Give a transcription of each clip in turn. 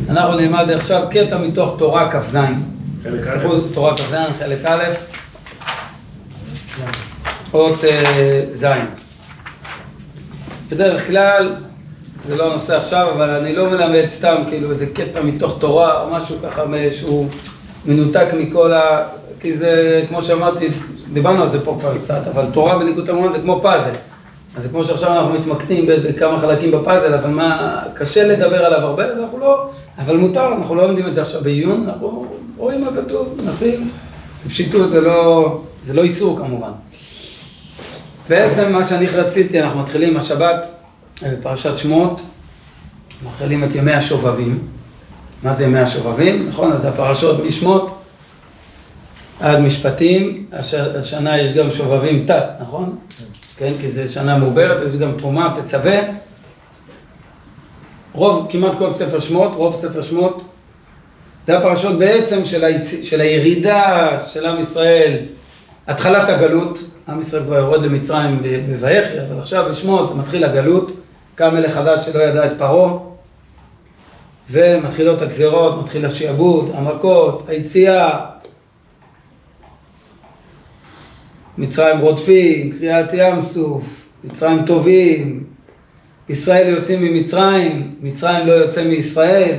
אנחנו נלמד עכשיו קטע מתוך תורה כ"ז. חלק א'. תפתחו תורה כ"ז, חלק א', אות ז'. בדרך כלל, זה לא הנושא עכשיו, אבל אני לא מלמד סתם כאילו איזה קטע מתוך תורה או משהו ככה שהוא מנותק מכל כי זה, כמו שאמרתי, דיברנו על זה פה כבר קצת, אבל תורה בליקוטי מוהר"ן זה כמו פאזל. אז זה כמו שעכשיו אנחנו מתמקדים באיזה כמה חלקים בפאזל, אבל מה, קשה לדבר עליו הרבה, אנחנו לא, אבל מותר, אנחנו לא לומדים את זה עכשיו בעיון, אנחנו רואים מה כתוב, נשים, בפשיטות זה לא איסור כמובן. בעצם מה שאני רציתי, אנחנו מתחילים השבת בפרשת שמות, מתחילים את ימי השובבים. מה זה ימי השובבים? נכון, אז הפרשות משמות עד משפטים, השנה יש גם שובבים תת, נכון? כן, כי זה שנה מעוברת, יש גם תרומה, תצווה. כמעט כל ספר שמות, רוב ספר שמות, זה הפרשות בעצם של הירידה של עם ישראל, התחלת הגלות, עם ישראל כבר יורד למצרים בויחי, אבל עכשיו בשמות מתחיל הגלות, קם מלך חדש שלא ידע את פרעה, ומתחילות הגזרות, מתחיל השעבוד, המכות, היציאה, מצרים רודפים, קריעת ים סוף, מצרים טובים, ישראל יוצאים ממצרים, מצרים לא יוצא מישראל,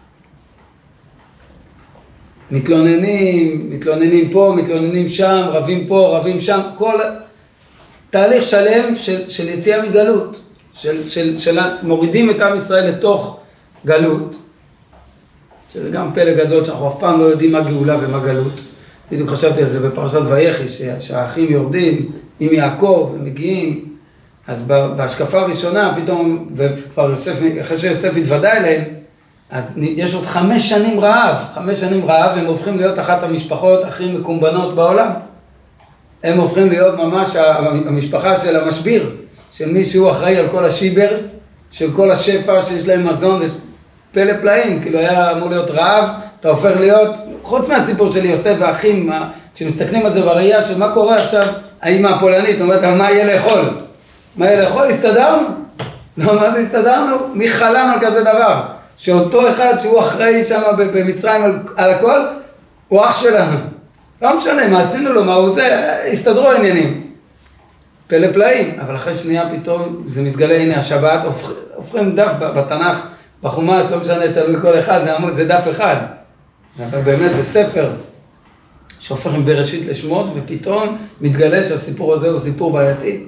מתלוננים פה, מתלוננים שם, רבים פה, רבים שם, כל תהליך שלם של יציאה מגלות, של מורידים את עם ישראל לתוך גלות, שזה גם פלא גדול שאנחנו אף פעם לא יודעים מה גאולה ומה גלות. בדיוק חשבתי על זה בפרשת ויחי, שהאחים יורדים עם יעקב ומגיעים, אז בהשקפה הראשונה פתאום, וכבר יוסף, אחרי שיוסף התוודע אליהם, אז יש עוד 5 שנים רעב, והם הופכים להיות אחת המשפחות הכי מקומבנות בעולם. הם הופכים להיות ממש המשפחה של המשביר, של מישהו אחראי על כל השיבר, של כל השפע שיש להם מזון, פלא פלאים, כאילו היה אמור להיות רעב, אתה הופך להיות, חוץ מהסיפור של יוסף והאחים, כשמסתכלים על זה בראייה של מה קורה עכשיו, האמא הפולנית, אומרת, מה יהיה לאכול? מה יהיה לאכול? הסתדרנו? לא, מה זה הסתדרנו? מי חלם על כזה דבר? שאותו אחד שהוא אחראי שם במצרים על הכל, הוא אח שלנו. לא משנה, מה עשינו לו, מה הוא זה, הסתדרו העניינים. פלא פלאים, אבל אחרי שנייה פתאום זה מתגלה, הנה השבת, הופכים דף בתנ"ך, בחומש, לא משנה, תלוי כל אחד, זה דף אחד. אבל באמת זה ספר שהופך עם בראשית לשמות, ופתאום מתגלה שהסיפור הזה הוא סיפור בעייתי.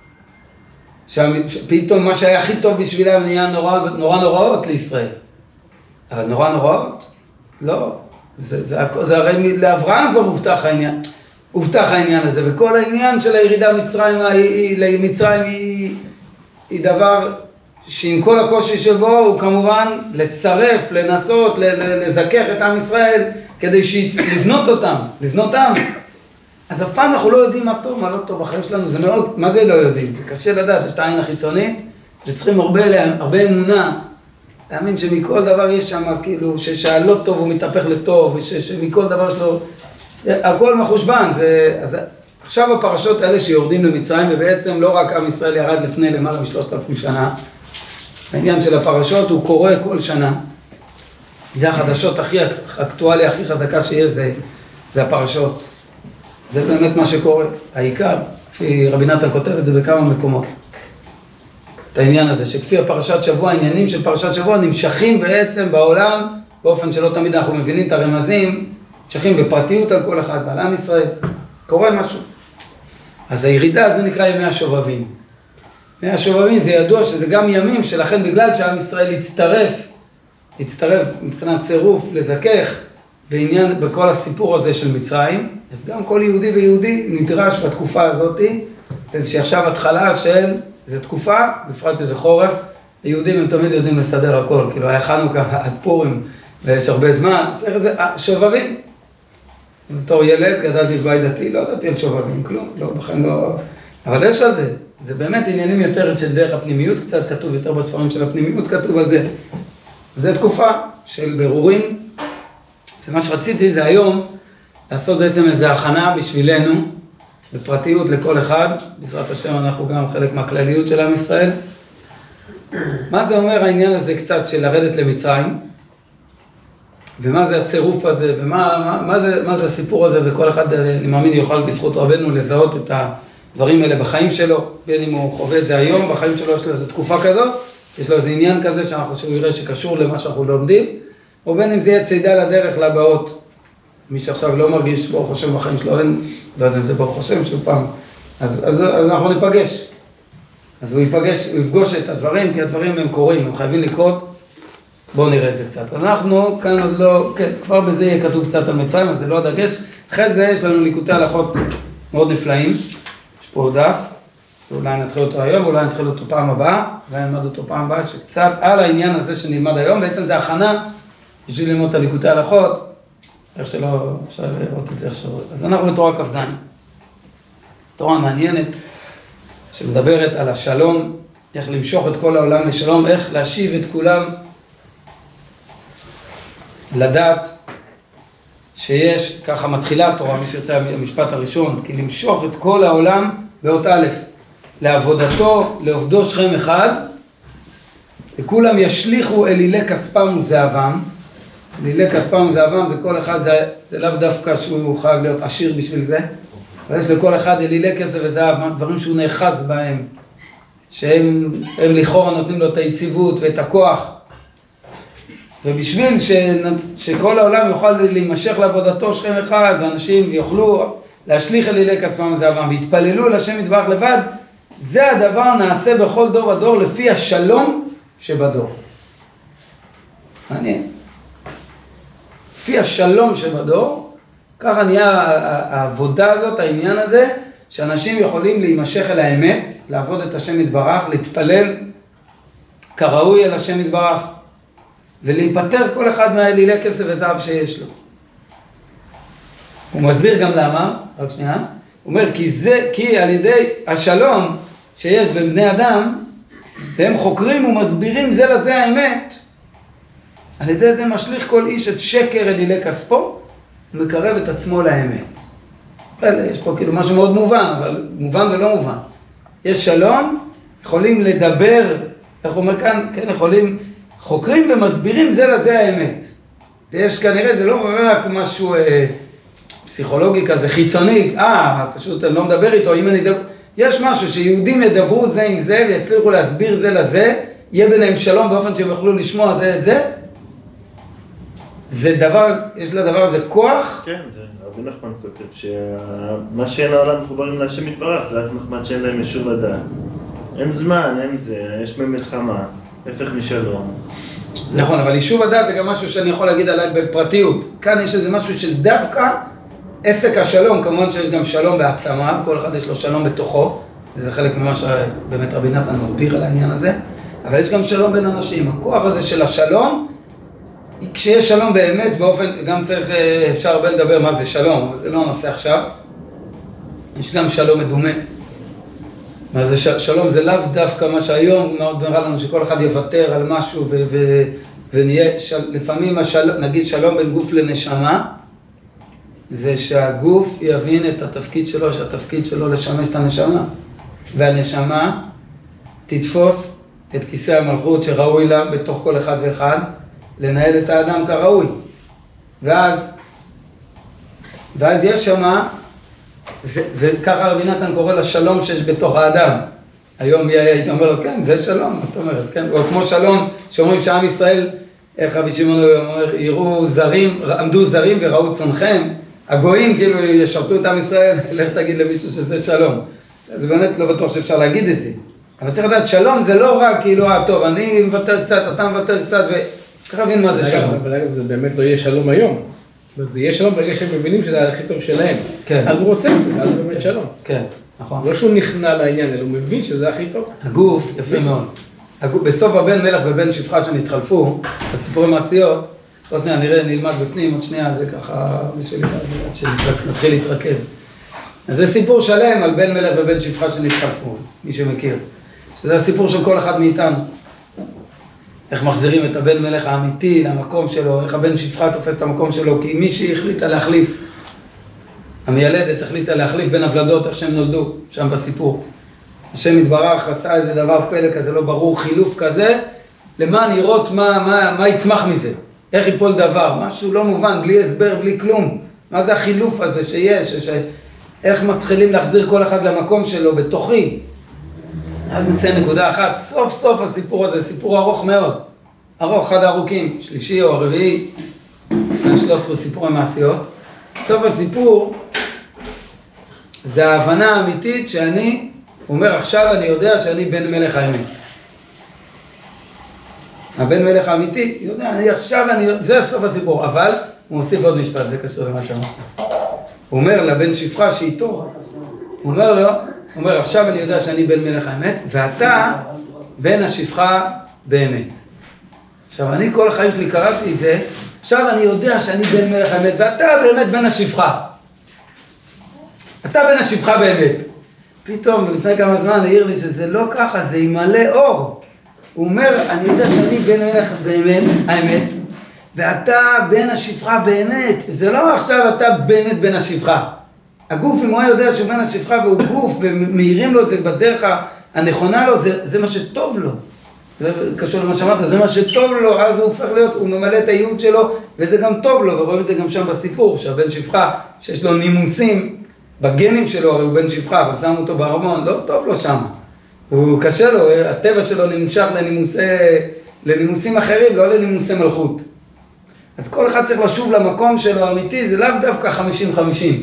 פתאום מה שהיה הכי טוב בשבילם נהיה נורא נוראות לישראל. אבל נורא נוראות? לא. זה הרי לאברהם כבר הובטח העניין הזה, וכל העניין של הירידה למצרים היא דבר שעם כל הקושי שבו הוא כמובן לצרף, לנסות, לזכך את עם ישראל כדי לבנות עם. אז אף פעם אנחנו לא יודעים מה טוב, מה לא טוב בחיים שלנו, זה מאוד, מה זה לא יודעים? זה קשה לדעת, יש את העין החיצונית, וצריכים הרבה אמונה, להאמין שמכל דבר יש שם, כאילו, שהלא טוב הוא מתהפך לטוב, ושמכל דבר שלו, הכל מחושבן, אז עכשיו הפרשות האלה שיורדים למצרים, ובעצם לא רק עם ישראל ירד לפני למעלה מ3,000 שנה, העניין של הפרשות הוא קורה כל שנה, זה החדשות הכי אקטואליה, הכי חזקה שיש, זה הפרשות. זה באמת מה שקורה, העיקר, כפי רבי נתן כותב את זה בכמה מקומות. את העניין הזה, שכפי הפרשת שבוע, העניינים של פרשת שבוע נמשכים בעצם בעולם, באופן שלא תמיד אנחנו מבינים את הרמזים, נמשכים בפרטיות על כל אחד ועל עם ישראל, קורה משהו. אז הירידה זה נקרא ימי השובבים. ימי השובבים זה ידוע שזה גם ימים שלכן בגלל שעם ישראל הצטרף מבחינת צירוף, לזכך, בכל הסיפור הזה של מצרים, אז גם כל יהודי ויהודי נדרש בתקופה הזאת, שעכשיו התחלה של, זו תקופה, בפרט שזה חורף, היהודים הם תמיד יודעים לסדר הכל, כאילו היה חנוכה עד פורים, ויש הרבה זמן, צריך איזה שובבים. בתור ילד גדלתי בבית דתי, לא ידעתי על שובבים, כלום, לא, בכן לא, אבל יש על זה, זה באמת עניינים יותר של דרך הפנימיות, קצת כתוב יותר בספרים של הפנימיות, כתוב על זה. זו תקופה של ברורים, ומה שרציתי זה היום לעשות בעצם איזו הכנה בשבילנו, בפרטיות לכל אחד, בעזרת השם אנחנו גם חלק מהכלליות של עם ישראל. מה זה אומר העניין הזה קצת של לרדת למצרים? ומה זה הצירוף הזה, מה זה הסיפור הזה, וכל אחד, אני מאמין, יוכל בזכות רבנו לזהות את הדברים האלה בחיים שלו, בין אם הוא חווה את זה היום, בחיים שלו יש לו איזו תקופה כזאת, יש לו איזה עניין כזה שהוא יראה שקשור למה שאנחנו לומדים, או בין אם זה יהיה צידה לדרך לבאות. מי שעכשיו לא מרגיש ברוך השם בחיים שלו, לא יודע אם זה ברוך השם שוב פעם, אז אנחנו ניפגש. אז הוא יפגוש את הדברים, כי הדברים הם קורים, הם חייבים לקרות. בואו נראה את זה קצת. אנחנו כאן עוד לא, כן, כבר בזה יהיה כתוב קצת על מצרים, אז זה לא הדגש. אחרי זה יש לנו ליקוטי הלכות מאוד נפלאים. יש פה דף, ואולי נתחיל אותו היום, ואולי נתחיל אותו פעם הבאה, ונלמד אותו פעם הבאה, שקצת על העניין הזה שנלמד היום, בעצם זה הכנה בשביל ללמוד את הליקוטי הלכות, איך שלא אפשר לראות את זה איך שלא. אז אנחנו בתורה כ"ז. זו תורה מעניינת, שמדברת על השלום, איך למשוך את כל העולם לשלום, איך להשיב את כולם לדעת שיש, ככה מתחילה התורה, מי שיוצא המשפט הראשון, כי למשוך את כל העולם באות א', לעבודתו, לעובדו שכם אחד, וכולם ישליכו אלילי כספם וזהבם. אלילי כספם וזהבם זה כל אחד, זה לאו דווקא שהוא חייב להיות עשיר בשביל זה, אבל יש לכל אחד אלילי כסף וזהב, דברים שהוא נאחז בהם, שהם לכאורה נותנים לו את היציבות ואת הכוח, ובשביל שכל העולם יוכל להימשך לעבודתו שכם אחד, ואנשים יוכלו להשליך אלילי כספם וזהבם, והתפללו לשם יתברך לבד, זה הדבר נעשה בכל דור ודור לפי השלום שבדור. מעניין. לפי השלום שבדור, ככה נהיה העבודה הזאת, העניין הזה, שאנשים יכולים להימשך אל האמת, לעבוד את השם יתברך, להתפלל כראוי אל השם יתברך, ולהיפטר כל אחד מהאלילי כסף וזהב שיש לו. הוא מסביר גם למה, רק שנייה, הוא אומר, כי על ידי השלום שיש בין בני אדם, והם חוקרים ומסבירים זה לזה האמת, על ידי זה משליך כל איש את שקר אלילי כספו, ומקרב את עצמו לאמת. יש פה כאילו משהו מאוד מובן, אבל מובן ולא מובן. יש שלום, יכולים לדבר, איך הוא אומר כאן, כן, יכולים, חוקרים ומסבירים זה לזה האמת. ויש כנראה, זה לא רק משהו פסיכולוגי כזה, חיצוני, פשוט אני לא מדבר איתו, אם אני אדבר, יש משהו שיהודים ידברו זה עם זה, ויצליחו להסביר זה לזה, יהיה ביניהם שלום באופן שהם יוכלו לשמוע זה את זה, זה דבר, יש לדבר הזה כוח. כן, זה רבי נחמן כותב, שמה שאין העולם מחוברים להשם יתברך, זה רק מחמד שאין להם ישוב הדעת. אין זמן, אין זה, יש במלחמה, הפך משלום. נכון, אבל יישוב הדעת זה גם משהו שאני יכול להגיד עליי בפרטיות. כאן יש איזה משהו של דווקא עסק השלום, כמובן שיש גם שלום בעצמה, וכל אחד יש לו שלום בתוכו, וזה חלק ממה שבאמת רבי נתן מסביר על העניין הזה, אבל יש גם שלום בין אנשים. הכוח הזה של השלום, כשיש שלום באמת באופן, גם צריך, אפשר הרבה לדבר מה זה שלום, אבל זה לא נעשה עכשיו. יש גם שלום מדומה. מה זה שלום? זה לאו דווקא מה שהיום מאוד נראה לנו שכל אחד יוותר על משהו ונהיה, לפעמים נגיד שלום בין גוף לנשמה, זה שהגוף יבין את התפקיד שלו, שהתפקיד שלו לשמש את הנשמה. והנשמה תתפוס את כיסא המלכות שראוי לה בתוך כל אחד ואחד, לנהל את האדם כראוי. ואז יש שמה, וככה רבי נתן קורא לשלום שיש בתוך האדם. היום היית אומר לו, כן, זה שלום, מה זאת אומרת, כן? או כמו שלום, שאומרים שעם ישראל, איך רבי שמעון אומר, יראו זרים, עמדו זרים וראו צונכם, הגויים כאילו ישרתו את עם ישראל, לך תגיד למישהו שזה שלום. זה באמת לא בטוח שאפשר להגיד את זה. אבל צריך לדעת, שלום זה לא רק כאילו, טוב, אני מוותר קצת, אתה מוותר קצת, וצריך להבין מה זה שלום. אבל אגב, זה באמת לא יהיה שלום היום. זאת אומרת, זה יהיה שלום ברגע שהם מבינים שזה הכי טוב שלהם. כן. אז הוא רוצה את זה, אז זה באמת שלום. כן, נכון. לא שהוא נכנע לעניין, אלא הוא מבין שזה הכי טוב. הגוף, יפה מאוד. בסוף הבן מלך ובן שפחה שנתחלפו, בסיפורי מעשיות, עוד שנייה, נלמד בפנים, עוד שנייה, זה ככה, בשביל שנתחיל להתרכז. אז זה סיפור שלם על בן מלך ובן שפחה שנתחלפו, מי שמכיר. שזה הסיפור של כל אחד מאיתנו. איך מחזירים את הבן מלך האמיתי למקום שלו, איך הבן שפחה תופס את המקום שלו, כי מישהי החליטה להחליף, המיילדת החליטה להחליף בין הוולדות, איך שהם נולדו, שם בסיפור. השם יתברך עשה איזה דבר פלא כזה, לא ברור, חילוף כזה, למען לראות מה יצמח מזה. איך ייפול דבר, משהו לא מובן, בלי הסבר, בלי כלום. מה זה החילוף הזה שיש, איך מתחילים להחזיר כל אחד למקום שלו, בתוכי. רק נציין נקודה אחת, סוף סוף הסיפור הזה, סיפור ארוך מאוד. ארוך, אחד הארוכים, שלישי או הרביעי, 13 סיפורי מעשיות. סוף הסיפור, זה ההבנה האמיתית שאני אומר, עכשיו אני יודע שאני בן מלך האמת. הבן מלך האמיתי, יודע, זה סוף הסיפור, אבל הוא מוסיף עוד משפט, זה קשור למה שאמרת. הוא אומר לבן שפחה שאיתו, הוא אומר, עכשיו אני יודע שאני בן מלך האמת, ואתה בן השפחה באמת. עכשיו, אני כל החיים שלי קראתי את זה, עכשיו אני יודע שאני בן מלך האמת, ואתה באמת בן השפחה. אתה בן השפחה באמת. פתאום, לפני כמה זמן, העיר לי שזה לא ככה, זה ימלא אור. הוא אומר, אני יודע שאני בן מלך באמת, האמת, ואתה בן השפחה באמת. זה לא עכשיו אתה באמת בן השפחה. הגוף, אם הוא יודע שהוא בן השפחה והוא גוף, ומאירים לו את זה בדרך הנכונה לו, זה מה שטוב לו. זה קשור למה שאמרת, זה מה שטוב לו, אז הוא הופך להיות, הוא ממלא את הייעוד שלו, וזה גם טוב לו, ורואים את זה גם שם בסיפור, שהבן שפחה, שיש לו נימוסים, בגנים שלו, הרי הוא בן שפחה, אבל שמו אותו בארמון, לא טוב לו שם. הוא קשה לו, הטבע שלו נמשך לנימוסים אחרים, לא לנימוסי מלכות. אז כל אחד צריך לשוב למקום שלו האמיתי, זה לאו דווקא 50-50.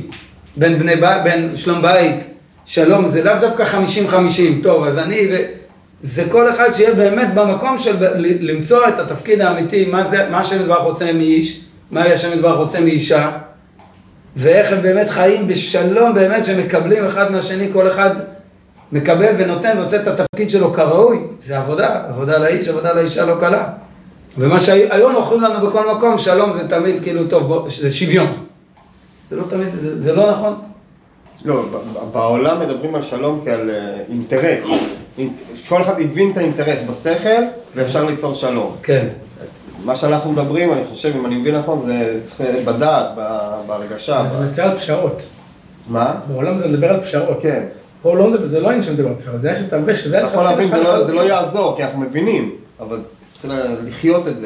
בין שלום בית, שלום, זה לאו דווקא 50-50. טוב, אז זה כל אחד שיהיה באמת במקום של למצוא את התפקיד האמיתי, מה השם יתברך רוצה מאיש, מה השם יתברך רוצה מאישה, ואיך הם באמת חיים בשלום באמת, שמקבלים אחד מהשני, כל אחד מקבל ונותן ועושה את התפקיד שלו כראוי. זה עבודה לאיש, עבודה לאישה לא קלה. ומה שהיום אוכלים לנו בכל מקום, שלום זה תמיד כאילו טוב, זה שוויון. זה לא תמיד, זה לא נכון. לא, בעולם מדברים על שלום כעל אינטרס. כל אחד הבין את האינטרס בשכל, ואפשר ליצור שלום. כן. מה שאנחנו מדברים, אני חושב, אם אני מבין נכון, זה צריך בדעת, בהרגשה. זה מדבר על פשרות. מה? בעולם זה מדבר על פשרות. כן. פה לא מדבר, זה לא עניין שמדבר על פשרות, זה היה שתלווה, שזה... נכון להבין, זה לא יעזור, כי אנחנו מבינים, אבל צריך לחיות את זה.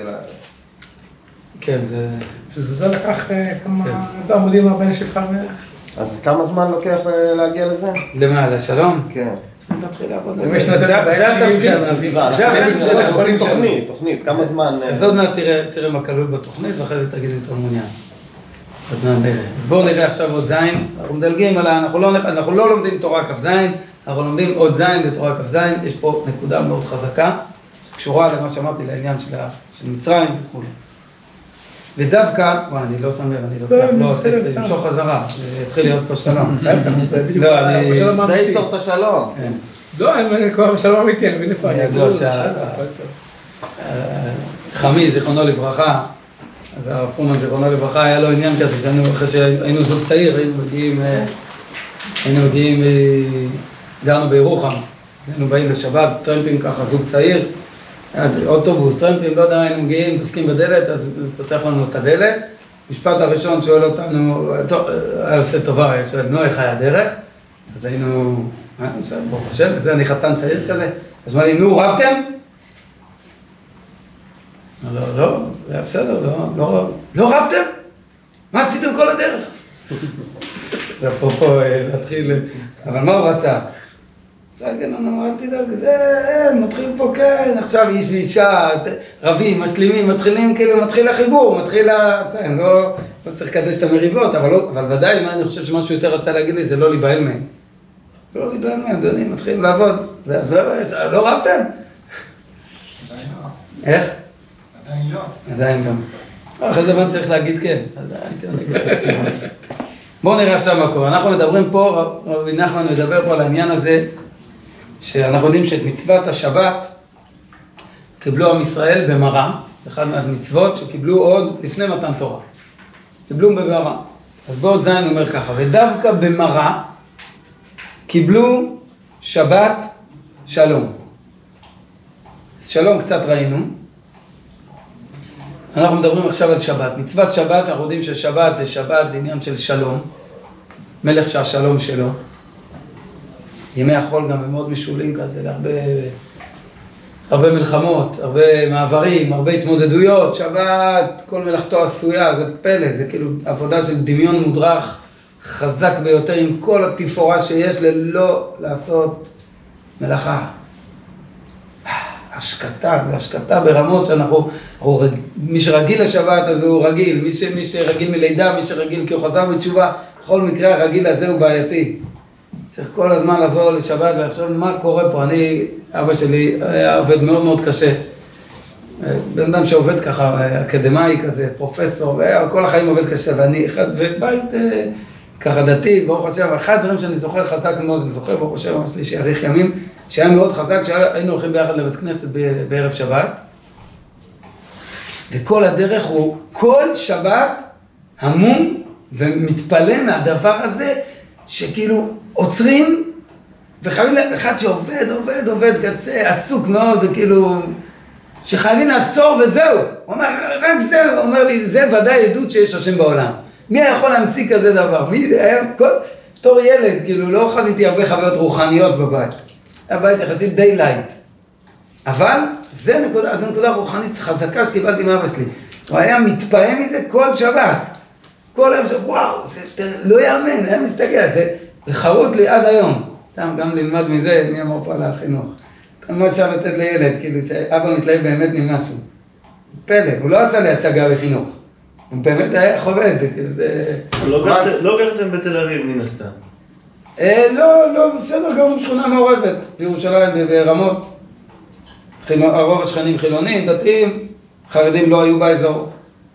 כן, זה... שזה לקח כמה עמודים מהבן שפחה מלך. אז כמה זמן לוקח להגיע לזה? למה? לשלום? כן. צריכים להתחיל לעבוד. זה התפקיד. זה התפקיד של תוכנית, כמה זמן... אז עוד מעט תראה מה כלול בתוכנית, ואחרי זה תגיד אם אתה מעוניין. אז בואו נראה עכשיו עוד זין. אנחנו מדלגים על אנחנו לא לומדים תורה כ"ז, אנחנו לומדים עוד זין בתורה כ"ז. יש פה נקודה מאוד חזקה, שקשורה למה שאמרתי לעניין של מצרים וכו'. ודווקא, אני לא שם לב, אני לא אמשוך חזרה, יתחיל להיות פה שלום. לא, אני... זה ייצור את השלום. לא, אני כבר בשלום אמיתי, אני מבין איפה אני ידוע חמי, זיכרונו לברכה, אז הרב פרומן, זיכרונו לברכה, היה לו עניין כזה, אחרי שהיינו זוג צעיר, היינו מגיעים, גרנו בירוחם, היינו באים לשבת, טרמפים ככה, זוג צעיר, אוטובוס, טרמפים, לא יודע, היינו מגיעים, דופקים בדלת, אז פוצח לנו את הדלת. משפט הראשון שואל אותנו, היה עושה טובה, שואל, נו, איך היה דרך? אז היינו, ברוך השם, וזה אני חתן צעיר כזה, אז אמר לי, נו, רבתם? לא, היה בסדר, לא רבתם? מה עשיתם כל הדרך? זה פה להתחיל, אבל מה הוא רצה? כן, אל תדאג, זה, מתחיל פה, כן, עכשיו איש ואישה, רבים, משלימים, מתחילים, כאילו, מתחיל החיבור, לא צריך לקדש את המריבות, אבל ודאי, מה אני חושב שמשהו יותר רצה להגיד לי, זה לא להיבהל מהם. לא להיבהל מהם, אדוני, מתחילים לעבוד. לא רבתם? עדיין לא. איך? עדיין לא. עדיין גם. אחרי זה מה צריך להגיד כן. בואו נראה עכשיו מה קורה. אנחנו מדברים פה, רבי נחמן מדבר פה על העניין הזה, שאנחנו יודעים שאת מצוות השבת קיבלו עם ישראל במראה, זה אחד מהמצוות שקיבלו עוד לפני מתן תורה. קיבלו במראה. אז בעוד זין אומר ככה, ודווקא במראה קיבלו שבת שלום. שלום קצת ראינו. אנחנו מדברים עכשיו על שבת. מצוות שבת, שאנחנו יודעים ששבת זה עניין של שלום. מלך שהשלום שלו. ימי החול גם הם מאוד משולים כזה, להרבה הרבה מלחמות, הרבה מעברים, הרבה התמודדויות, שבת, כל מלאכתו עשויה, זה פלא, זה כאילו עבודה של דמיון מודרך חזק ביותר עם כל התפאורה שיש ללא לעשות מלאכה. השקטה, זה השקטה ברמות שאנחנו, מי שרגיל לשבת אז הוא רגיל, מי שרגיל מלידה, מי שרגיל כי הוא חזר בתשובה, בכל מקרה הרגיל הזה הוא בעייתי. צריך כל הזמן לבוא לשבת ולחשוב מה קורה פה. אבא שלי היה עובד מאוד מאוד קשה. בן אדם שעובד ככה, אקדמאי כזה, פרופסור, כל החיים עובד קשה, ואני ובית ככה דתי, ברוך השם, אחד הדברים שאני זוכר חזק מאוד, אני זוכר ברוך השם, אמא שלי שיאריך ימים, שהיה מאוד חזק, שהיינו הולכים ביחד לבית כנסת בערב שבת, וכל הדרך הוא כל שבת המום ומתפלא מהדבר הזה, שכאילו עוצרים, וחייבים אחד שעובד קשה, עסוק מאוד, וכאילו, שחייבים לעצור וזהו. הוא אומר, רק זהו, הוא אומר לי, זה ודאי עדות שיש השם בעולם. מי יכול להמציא כזה דבר? בתור ילד, כאילו, לא חוויתי הרבה חוויות רוחניות בבית. הבית יחסית די לייט. אבל זה נקודה רוחנית חזקה שקיבלתי מאבא שלי. הוא היה מתפעם מזה כל שבת. כל היום וואו, זה לא יאמן, היה מסתכל, זה חרוט לי עד היום. גם ללמד מזה, מי אמר פה על החינוך. כמה אפשר לתת לילד, כאילו שאבא מתלהב באמת ממשהו. פלא, הוא לא עשה לי הצגה בחינוך. הוא באמת היה חווה את זה, כאילו זה... לא גרתם בתל אביב, מן הסתם. לא, בסדר, גרנו שכונה מעורבת, בירושלים וברמות. הרוב השכנים חילונים, דתיים, חרדים לא היו באזור.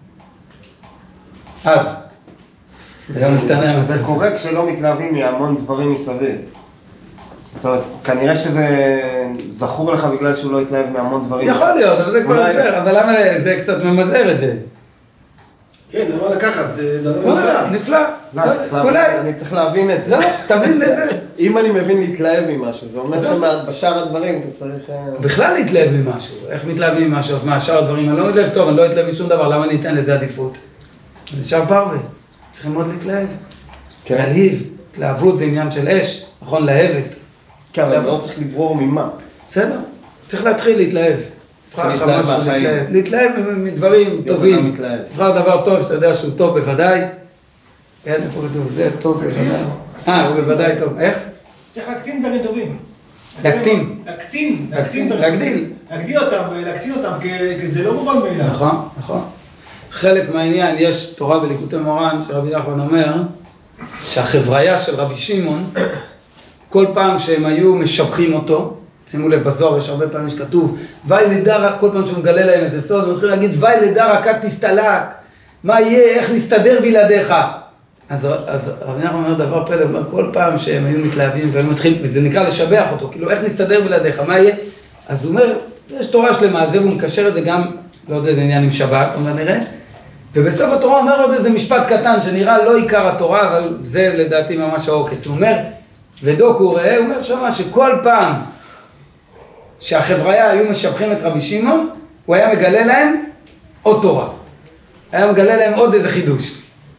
אז. זה גם משתנה המצב. זה קורה כשלא מתלהבים מהמון דברים מסביב. זאת אומרת, כנראה שזה זכור לך בגלל שהוא לא התלהב מהמון דברים. יכול להיות, אבל זה כבר הסבר, אבל למה זה קצת ממזער את זה? כן, למה לקחת? זה דבר נפלא. נפלא. אולי. אני צריך להבין את זה. לא, תבין את זה. אם אני מבין להתלהב ממשהו, זה אומר שבשאר הדברים אתה צריך... בכלל להתלהב ממשהו. איך מתלהבים ממשהו? אז מה, שאר הדברים? אני לא מתלהב טוב, אני לא אתלהב משום דבר, למה אני אתן לזה עדיפות? זה שער פרווה. צריכים מאוד להתלהב. להלהיב. התלהבות זה עניין של אש, נכון? להבת. כן, אבל לא צריך לברור ממה. בסדר. צריך להתחיל להתלהב. להתלהב מדברים טובים. תבחר דבר טוב שאתה יודע שהוא טוב בוודאי. כן, איפה כתוב? זה טוב בוודאי. הוא בוודאי טוב. איך? צריך להקצין דברים טובים. להקטין. להקצין דברים. להגדיל. להגדיל אותם ולהקצין אותם, כי זה לא מובן מאליו. נכון. חלק מהעניין, יש תורה בליקוטי מורן, שרבי נחמן אומר, שהחבריה של רבי שמעון, כל פעם שהם היו משבחים אותו, שימו לב בזוהר, יש הרבה פעמים שכתוב, ואי לידה, כל פעם שהוא מגלה להם איזה סוד, הם מתחילים להגיד, ואי לידה רקת תסתלק, מה יהיה, איך נסתדר בלעדיך? אז רבי נחמן אומר דבר פלא, אומר, כל פעם שהם היו מתלהבים, והם מתחילים, וזה נקרא לשבח אותו, כאילו, איך נסתדר בלעדיך, מה יהיה? אז הוא אומר, יש תורה שלמה על זה, והוא מקשר את זה גם, לא יודע, זה עניין עם שבת, אומר, נראה. ובסוף התורה הוא אומר עוד איזה משפט קטן, שנראה לא עיקר התורה, אבל זה לדעתי ממש העוקץ. הוא אומר, ודוק הוא ראה, הוא אומר שמה שכל פעם שהחבריה היו משבחים את רבי שמעון, הוא היה מגלה להם עוד תורה. היה מגלה להם עוד איזה חידוש.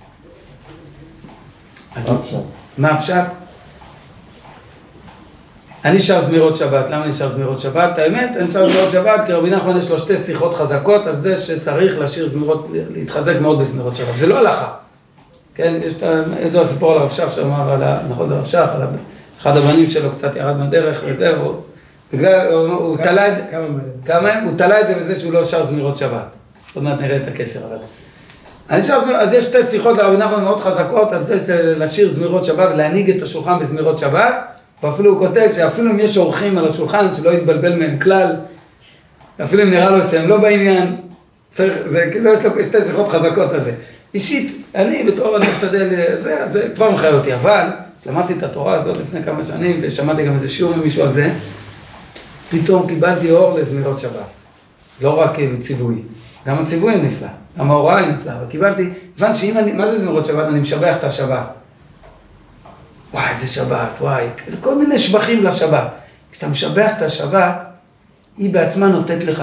מה הפשט? אני שר זמירות שבת. למה אני שר זמירות שבת? האמת, אני שר זמירות שבת, כי רבי נחמן יש לו שתי שיחות חזקות על זה שצריך לשיר זמירות, להתחזק מאוד בזמירות שבת. זה לא הלכה. כן, יש את הסיפור על הרב שך שאמר על נכון, זה הרב שך, על אחד הבנים שלו קצת ירד מהדרך וזהו. בגלל, הוא תלה את זה. כמה? הוא תלה את זה בזה שהוא לא שר זמירות שבת. עוד מעט נראה את הקשר, אבל... אז יש שתי שיחות לרבי נחמן מאוד חזקות על זה לשיר זמירות שבת ולהנהיג את השולחן בזמירות שבת. ואפילו הוא כותב שאפילו אם יש אורחים על השולחן שלא יתבלבל מהם כלל, אפילו אם נראה לו שהם לא בעניין, זה כאילו יש לו שתי שיחות חזקות על זה. אישית, אני משתדל, זה כבר מחיה אותי, אבל למדתי את התורה הזאת לפני כמה שנים ושמעתי גם איזה שיעור ממישהו על זה, פתאום קיבלתי אור לזמירות שבת. לא רק ציווי, גם הציווי נפלא, גם ההוראה היא נפלא, אבל קיבלתי, הבנתי שאם אני, מה זה זמירות שבת? אני משבח את השבת. וואי, איזה שבת, וואי, זה כל מיני שבחים לשבת. כשאתה משבח את השבת, היא בעצמה נותנת לך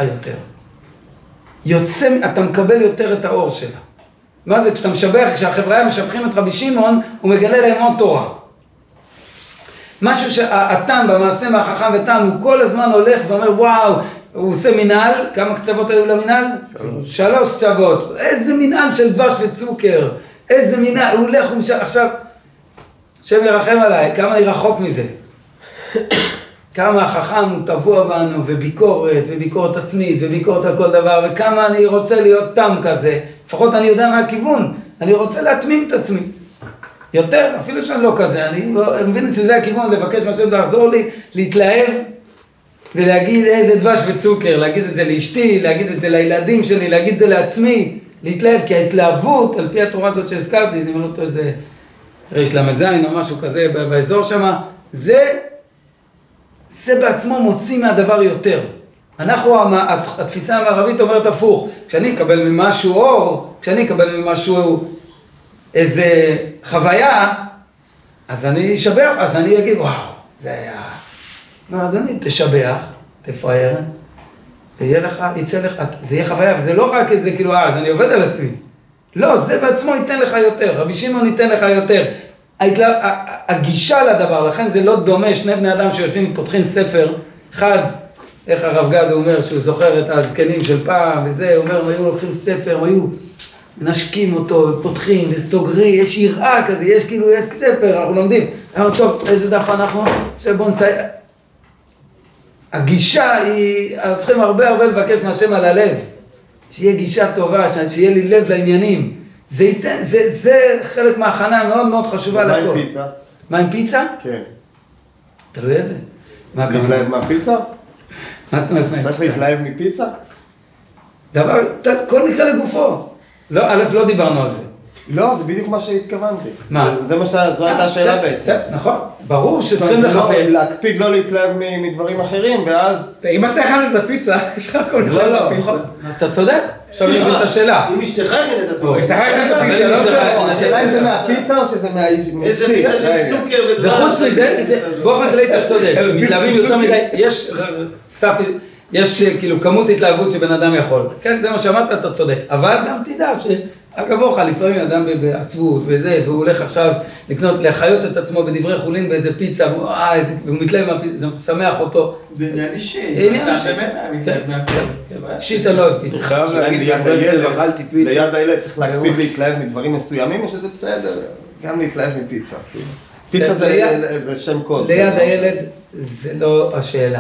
יותר. אתה מקבל יותר את האור שלה. מה זה? כשאתה משבח, כשהחבר'ה משבחים את רבי שמעון, הוא מגלה להם עוד תורה. משהו שהטעם במעשה מהחכם וטעם, הוא כל הזמן הולך ואומר, וואו, הוא עושה מנהל, כמה קצוות היו למנהל? 3 קצוות. איזה מנהל של דבש וצוקר, איזה מנהל, הוא הולך ומשל, עכשיו, השם ירחם עליי, כמה אני רחוק מזה. כמה החכם הוא טבוע בנו, וביקורת עצמית, וביקורת על כל דבר, וכמה אני רוצה להיות תם כזה, לפחות אני יודע מה הכיוון, אני רוצה להתמים את עצמי. יותר, אפילו שאני לא כזה, אני מבין שזה הכיוון, לבקש מהשם לעזור לי, להתלהב, ולהגיד איזה דבש וצוקר, להגיד את זה לאשתי, להגיד את זה לילדים שלי, להגיד את זה לעצמי, להתלהב, כי ההתלהבות, על פי התורה הזאת שהזכרתי, זה אומר אותו איזה ריש למדזין או משהו כזה באזור שם, זה בעצמו מוציא מהדבר יותר. אנחנו, התפיסה המערבית אומרת הפוך, כשאני אקבל ממשהו אור, כשאני אקבל ממשהו איזה חוויה, אז אני אשבח, אז אני אגיד, וואו, זה היה... מה, אדוני, תשבח, תפאר, ויהיה לך, יצא לך, זה יהיה חוויה, וזה לא רק איזה, כאילו, אז אני עובד על עצמי. לא, זה בעצמו ייתן לך יותר, רבי שמעון ייתן לך יותר. הגישה לדבר, לכן זה לא דומה, שני בני אדם שיושבים ופותחים ספר, אחד, איך הרב גד אומר שהוא זוכר את הזקנים של פעם, וזה, הוא אומר, הם היו לוקחים ספר, הם היו מנשקים אותו, פותחים וסוגרים, יש יראה כזה, יש כאילו, יש ספר, אנחנו לומדים, אמרו, טוב, איזה דף אנחנו, שבוא נסיים. הגישה היא, אז צריכים הרבה לבקש מהשם על הלב, שיהיה גישה טובה, שיהיה לי לב לעניינים. זה חלק מההכנה מאוד מאוד חשובה לכל. מה עם פיצה? מה עם פיצה? כן. תלוי איזה. להתלהב מהפיצה? מה זאת אומרת מהפיצה? צריך להתלהב מפיצה? דבר, כל מקרה לגופו. לא, א', לא דיברנו על זה. לא, זה בדיוק מה שהתכוונתי. מה? זו הייתה השאלה בעצם. נכון, ברור שצריכים לחפש. להקפיד לא להתלהב מדברים אחרים, ואז... אם אתה הכנת את הפיצה, יש לך הכל נכון לפיצה. אתה צודק, עכשיו אני מבין את השאלה. אם אשתך הכנת את הפיצה. אשתך הכנת את הפיצה, לא משנה. השאלה אם זה מהפיצה או שזה איזה פיצה של צוקר ודבר. וחוץ מזה, באופן כללי אתה צודק, שמתלהבים יותר מדי, יש כאילו כמות התלהבות שבן אדם יכול. כן, זה מה שאמרת, אתה צודק. אבל גם תדע אגב אוכל, לפעמים אדם בעצבות וזה, והוא הולך עכשיו לחיות את עצמו בדברי חולין באיזה פיצה, והוא מתלהב מהפיצה, זה משמח אותו. זה עניין אישי. עניין אישי. אתה באמת מתלהב מהפיצה. אישית לא אוהב פיצה. חייב להגיד, ליד הילד צריך להקפיד להתלהב מדברים מסוימים, או שזה בסדר? גם להתלהב מפיצה. פיצה זה שם קוד. ליד הילד זה לא השאלה.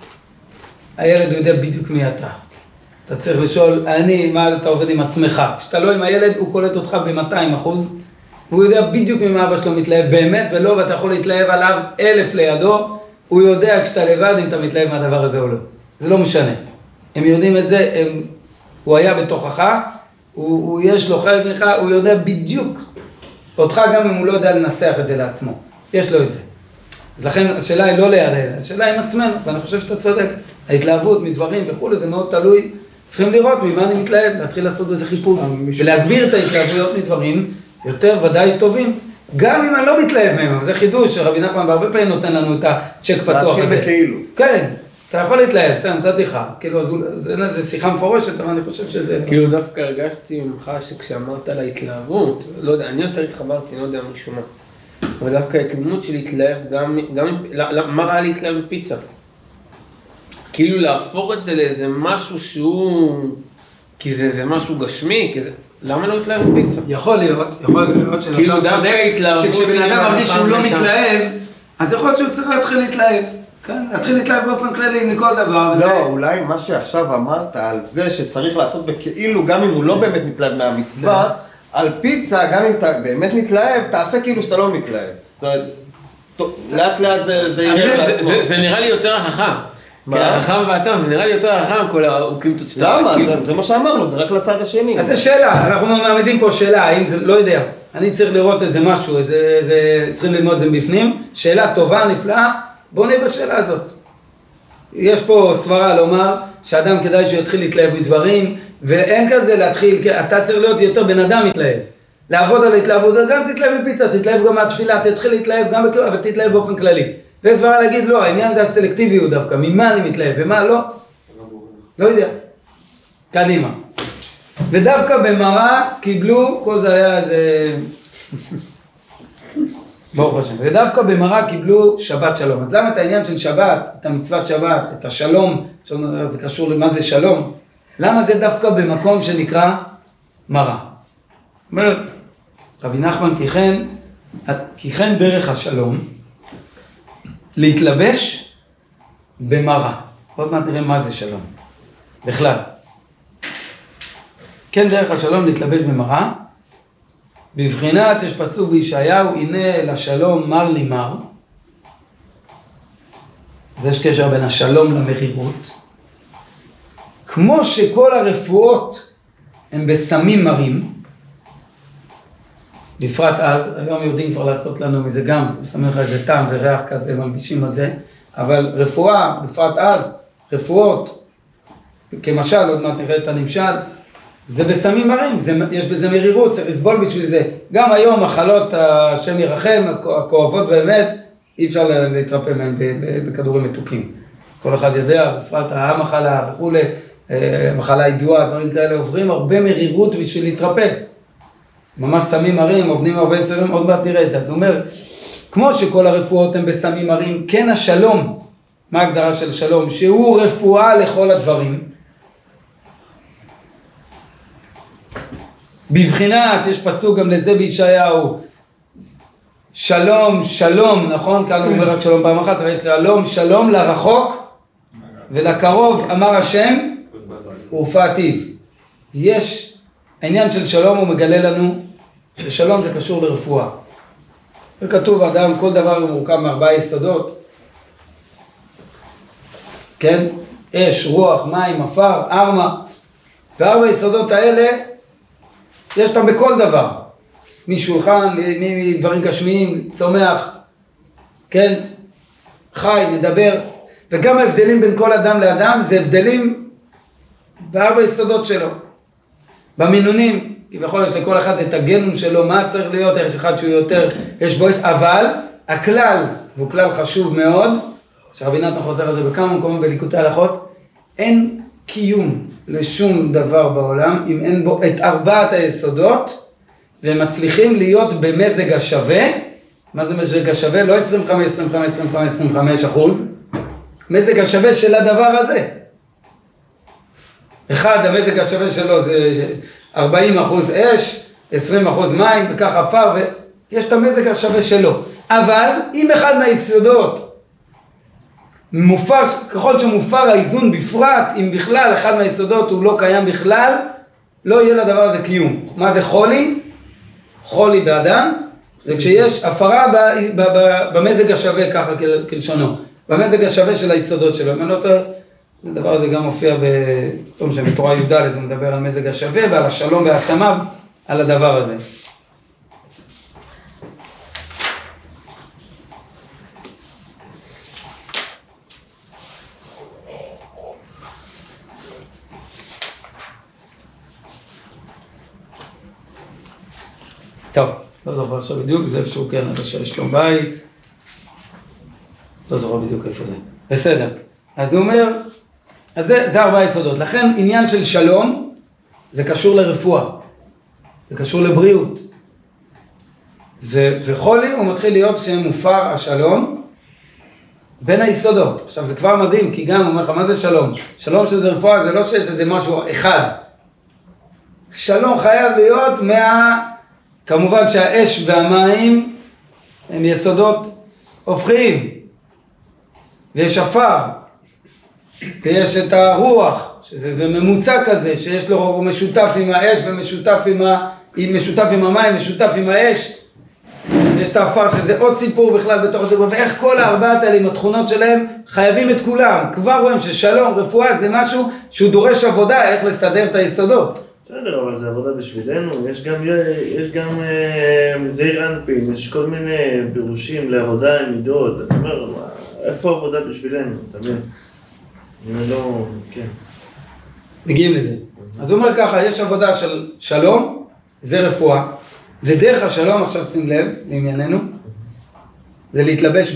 הילד הוא יודע בדיוק מי אתה. אתה צריך לשאול, מה אתה עובד עם עצמך? כשאתה לא עם הילד, הוא קולט אותך ב-200%, והוא יודע בדיוק ממה אבא שלו מתלהב באמת, ולא, ואתה יכול להתלהב עליו 1000 לידו, הוא יודע כשאתה לבד אם אתה מתלהב מהדבר הזה או לא. זה לא משנה. הם יודעים את זה, הוא היה בתוכך, הוא יש לו חלק ממך, הוא יודע בדיוק אותך גם אם הוא לא יודע לנסח את זה לעצמו. יש לו את זה. אז לכן השאלה היא לא ליד הילד, השאלה היא עם עצמנו, ואני חושב שאתה צודק. ההתלהבות מדברים וכו', זה מאוד תלוי. צריכים לראות ממה אני מתלהב, להתחיל לעשות איזה חיפוש, ולהגביר את ההתלהבויות מדברים יותר ודאי טובים, גם אם אני לא מתלהב מהם, אבל זה חידוש, רבי נחמן בהרבה פעמים נותן לנו את הצ'ק פתוח הזה. להתחיל בכאילו. כן, אתה יכול להתלהב, סתם, נתתי לך, כאילו, זה שיחה מפורשת, אבל אני חושב שזה... כאילו דווקא הרגשתי ממך שכשאמרת על ההתלהבות, לא יודע, אני יותר התחברתי, לא יודע משהו מה, אבל דווקא ההתלהבות של להתלהב גם, מה רע להתלהב בפיצה? כאילו להפוך את זה לאיזה משהו שהוא, כי זה משהו גשמי, כי זה, למה לא להתלהב בפיצה? יכול להיות כאילו דווקא ההתלהבות שכשבן אדם מרגיש שהוא לא מתלהב, אז יכול להיות שהוא צריך להתחיל להתלהב. כן, להתחיל להתלהב באופן כללי מכל דבר. לא, אולי מה שעכשיו אמרת על זה שצריך לעשות בכאילו, גם אם הוא לא באמת מתלהב מהמצווה, על פיצה, גם אם אתה באמת מתלהב, תעשה כאילו שאתה לא מתלהב. זאת אומרת, לאט לאט זה יהיה לעצמו. זה נראה לי יותר החכם. כי החכם והטעם, זה נראה לי יותר החכם כל החוקים תוצאה. למה? זה מה שאמרנו, זה רק לצד השני. אז זה שאלה, אנחנו מעמידים פה שאלה, האם זה, לא יודע, אני צריך לראות איזה משהו, צריכים ללמוד את זה בפנים, שאלה טובה, נפלאה, בואו נהיה בשאלה הזאת. יש פה סברה לומר שאדם כדאי שהוא יתחיל להתלהב מדברים, ואין כזה להתחיל, אתה צריך להיות יותר בן אדם מתלהב. לעבוד על התלהבות, גם תתלהב בפיצה, תתלהב גם מהתפילה, תתחיל להתלהב גם בכלל, אבל תתלהב באופן כללי. ויש סברה להגיד, לא, העניין זה הסלקטיביות דווקא, ממה אני מתלהב ומה לא. לא יודע. קדימה. ודווקא במראה קיבלו, כל זה היה איזה... ברוך השם. ודווקא במראה קיבלו שבת שלום. אז למה את העניין של שבת, את המצוות שבת, את השלום, זה קשור למה זה שלום? למה זה דווקא במקום שנקרא מראה? אומר רבי נחמן כי כן דרך השלום להתלבש במראה. עוד מעט נראה מה זה שלום בכלל. כן דרך השלום להתלבש במראה. בבחינת יש פסוק בישעיהו, הנה לשלום מר לי מר. אז יש קשר בין השלום למרירות. כמו שכל הרפואות הן בסמים מרים, בפרט אז, היום יודעים כבר לעשות לנו מזה גם, שמים לך איזה טעם וריח כזה, מלבישים על זה, אבל רפואה, בפרט אז, רפואות, כמשל, עוד מעט נראה את הנמשל, זה בסמים מרים, יש בזה מרירות, צריך לסבול בשביל זה. גם היום מחלות השם ירחם, הכואבות באמת, אי אפשר להתרפא מהם בכדורים מתוקים. כל אחד יודע, בפרט המחלה וכו', מחלה ידועה, דברים כאלה עוברים הרבה מרירות בשביל להתרפא. ממש סמים מרים, עובדים הרבה סמים, עוד מעט נראה את זה. אז הוא אומר, כמו שכל הרפואות הן בסמים מרים, כן השלום, מה ההגדרה של שלום? שהוא רפואה לכל הדברים. בבחינת, יש פסוק גם לזה בישעיהו, שלום, שלום, נכון? כאן הוא אומר רק שלום פעם אחת, אבל יש שלום, שלום לרחוק ולקרוב, אמר השם, ורפאתיו. יש, העניין של שלום הוא מגלה לנו ששלום זה קשור לרפואה. וכתוב, אדם, כל דבר הוא מורכב מארבעה יסודות. כן? אש, רוח, מים, עפר, ארמה. וארבע יסודות האלה, יש אותם בכל דבר. משולחן, מדברים גשמיים, צומח, כן? חי, מדבר. וגם ההבדלים בין כל אדם לאדם, זה הבדלים בארבע יסודות שלו. במינונים, כביכול יש לכל אחד את הגנום שלו, מה צריך להיות, יש אחד שהוא יותר, יש בו, אבל הכלל, והוא כלל חשוב מאוד, שרבי נתן חוזר על זה בכמה מקומות בליקוטי הלכות, אין קיום לשום דבר בעולם, אם אין בו את ארבעת היסודות, והם מצליחים להיות במזג השווה. מה זה מזג השווה? לא 25% מזג השווה של הדבר הזה. אחד, המזג השווה שלו זה 40% אש, 20% מים, וכך עפר, ויש את המזג השווה שלו. אבל אם אחד מהיסודות מופר, ככל שמופר האיזון בפרט, אם בכלל אחד מהיסודות הוא לא קיים בכלל, לא יהיה לדבר הזה קיום. מה זה חולי? חולי באדם, זה כשיש הפרה במזג השווה, ככה כלשונו, במזג השווה של היסודות שלו. הדבר הזה גם מופיע בתורה י"ד, הוא מדבר על מזג השווה ועל השלום והעצמה, על הדבר הזה. טוב, לא זוכר עכשיו בדיוק, זה איפשהו כן, אבל שיש לו בית. לא זוכר בדיוק איפה זה. בסדר. אז הוא אומר, אז זה ארבעה יסודות. לכן עניין של שלום, זה קשור לרפואה. זה קשור לבריאות. וחולי הוא מתחיל להיות כשמופר השלום בין היסודות. עכשיו זה כבר מדהים, כי גם הוא אומר לך, מה זה שלום? שלום שזה רפואה, זה לא שיש איזה משהו אחד. שלום חייב להיות כמובן שהאש והמים הם יסודות הופכיים. ויש עפר, ויש את הרוח, שזה ממוצע כזה, שיש לו משותף עם האש ומשותף משותף עם המים, משותף עם האש. יש את העפר שזה עוד סיפור בכלל בתוך זה, ואיך כל הארבעת האלה עם התכונות שלהם חייבים את כולם. כבר רואים ששלום, רפואה זה משהו שהוא דורש עבודה, איך לסדר את היסודות. בסדר, אבל זה עבודה בשבילנו, יש גם זעיר אנפין, יש כל מיני פירושים לעבודה עם מידות, אני אומר, איפה עבודה בשבילנו, אתה מבין? אני לא, כן. מגיעים לזה. אז הוא אומר ככה, יש עבודה של שלום, זה רפואה, ודרך השלום, עכשיו שים לב, לענייננו, זה להתלבש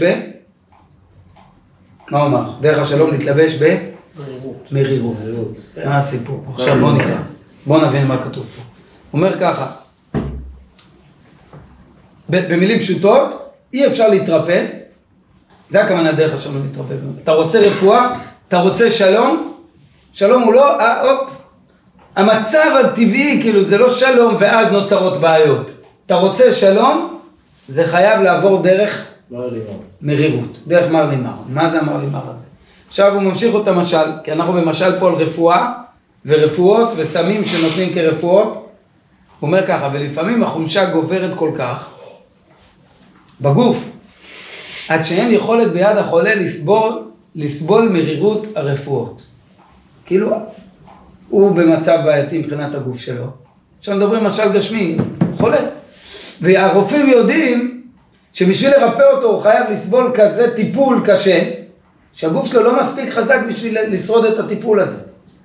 מה הוא אומר? דרך השלום להתלבש מרירות. מה הסיפור? עכשיו בוא נקרא. בואו נבין מה כתוב פה. הוא אומר ככה, במילים פשוטות, אי אפשר להתרפא, זה הכוונה דרך השלום להתרפא. אתה רוצה רפואה, אתה רוצה שלום, שלום הוא לא, המצב הטבעי, כאילו זה לא שלום ואז נוצרות בעיות. אתה רוצה שלום, זה חייב לעבור דרך מרירות, דרך מר לימר. מה זה המר לימר הזה? עכשיו הוא ממשיך אותה משל, כי אנחנו במשל פה על רפואה ורפואות וסמים שנותנים כרפואות. הוא אומר ככה, ולפעמים החולשה גוברת כל כך בגוף, עד שאין יכולת ביד החולה לסבול מרירות הרפואות. כאילו, הוא במצב בעייתי מבחינת הגוף שלו. עכשיו מדברים משל גשמי, חולה. והרופאים יודעים שבשביל לרפא אותו הוא חייב לסבול כזה טיפול קשה, שהגוף שלו לא מספיק חזק בשביל לשרוד את הטיפול הזה.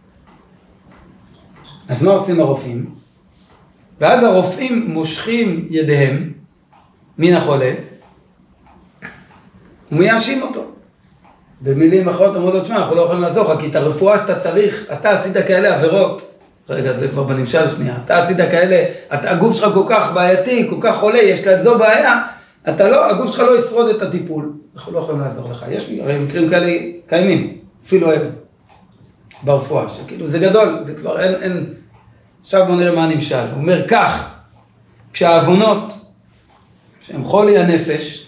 אז מה עושים הרופאים? ואז הרופאים מושכים ידיהם מן החולה, ומייאשים אותו. במילים אחרות אומרות לו, תשמע, אנחנו לא יכולים לעזור לך, כי את הרפואה שאתה צריך, אתה עשית כאלה עבירות. רגע, זה כבר בנמשל שנייה. אתה עשית כאלה, הגוף שלך כל כך בעייתי, כל כך חולה, יש כזו בעיה, הגוף שלך לא ישרוד את הטיפול. אנחנו לא יכולים לעזור לך. יש הרי מקרים כאלה קיימים, אפילו היום, ברפואה, שכאילו זה גדול, זה כבר אין. עכשיו בוא נראה מה הנמשל. הוא אומר כך, כשהעוונות, שהם חולי הנפש,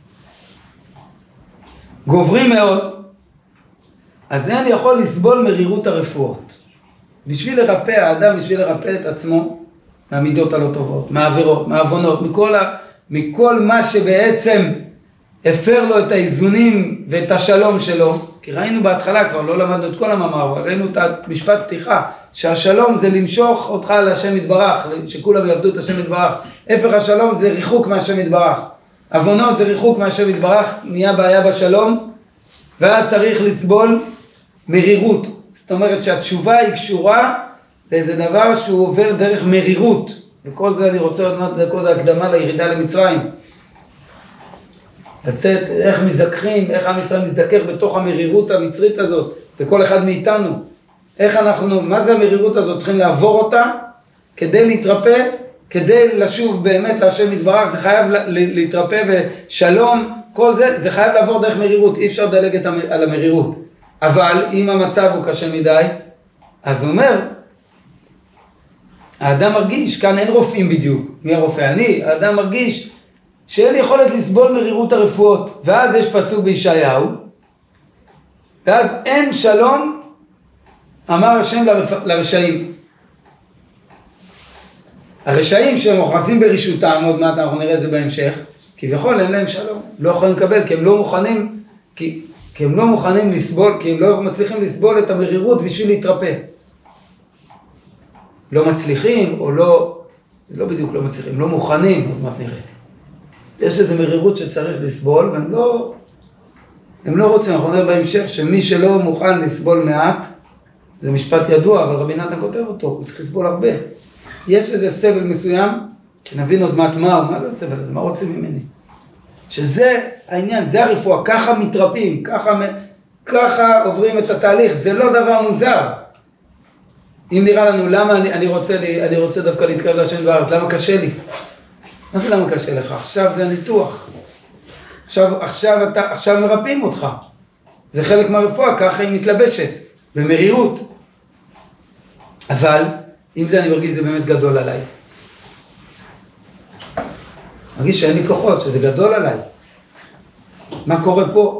גוברים מאוד, אז אין יכול לסבול מרירות הרפואות. בשביל לרפא האדם, בשביל לרפא את עצמו, מהמידות הלא טובות, מהעבירות, מהעוונות, מכל מה שבעצם הפר לו את האיזונים ואת השלום שלו. כי ראינו בהתחלה, כבר לא למדנו את כל המאמר, ראינו את המשפט פתיחה, שהשלום זה למשוך אותך להשם יתברך, שכולם יעבדו את השם יתברך. הפך השלום זה ריחוק מהשם יתברך. עוונות זה ריחוק מהשם יתברך, נהיה בעיה בשלום, ואז צריך לסבול מרירות. זאת אומרת שהתשובה היא קשורה לאיזה דבר שהוא עובר דרך מרירות. וכל זה אני רוצה עוד מעט, כל זה הקדמה לירידה למצרים. לצאת, איך מזכחים, איך עם ישראל מזדכך בתוך המרירות המצרית הזאת, בכל אחד מאיתנו. איך אנחנו, מה זה המרירות הזאת? צריכים לעבור אותה כדי להתרפא, כדי לשוב באמת להשם יתברך, זה חייב להתרפא ושלום, כל זה, זה חייב לעבור דרך מרירות, אי אפשר לדלג על המרירות. אבל אם המצב הוא קשה מדי, אז הוא אומר, האדם מרגיש, כאן אין רופאים בדיוק, מי הרופא? האדם מרגיש שאין יכולת לסבול מרירות הרפואות, ואז יש פסוק בישעיהו, ואז אין שלום, אמר השם לרשעים. הרשעים שהם אוחזים ברשותם, עוד מעט אנחנו נראה את זה בהמשך, כביכול אין להם שלום, לא יכולים לקבל, כי הם לא מוכנים, כי הם לא מוכנים לסבול, כי הם לא מצליחים לסבול את המרירות בשביל להתרפא. לא מצליחים, או לא, זה לא בדיוק לא מצליחים, לא מוכנים, עוד מעט נראה. יש איזו מרירות שצריך לסבול, והם לא רוצים, אנחנו נראה בהמשך, שמי שלא מוכן לסבול מעט, זה משפט ידוע, אבל רבי נתן כותב אותו, הוא צריך לסבול הרבה. יש איזה סבל מסוים, שנבין עוד מעט מה זה הסבל הזה, מה רוצים ממני? שזה העניין, זה הרפואה, ככה מתרפאים, ככה עוברים את התהליך, זה לא דבר מוזר. אם נראה לנו למה אני רוצה דווקא להתקרב להשם יתברך, אז למה קשה לי? מה זה למה קשה לך? עכשיו זה הניתוח. עכשיו מרפאים אותך. זה חלק מהרפואה, ככה היא מתלבשת, במרירות. אבל, אם זה אני מרגיש שזה באמת גדול עליי. מרגיש שאין לי כוחות, שזה גדול עליי. מה קורה פה?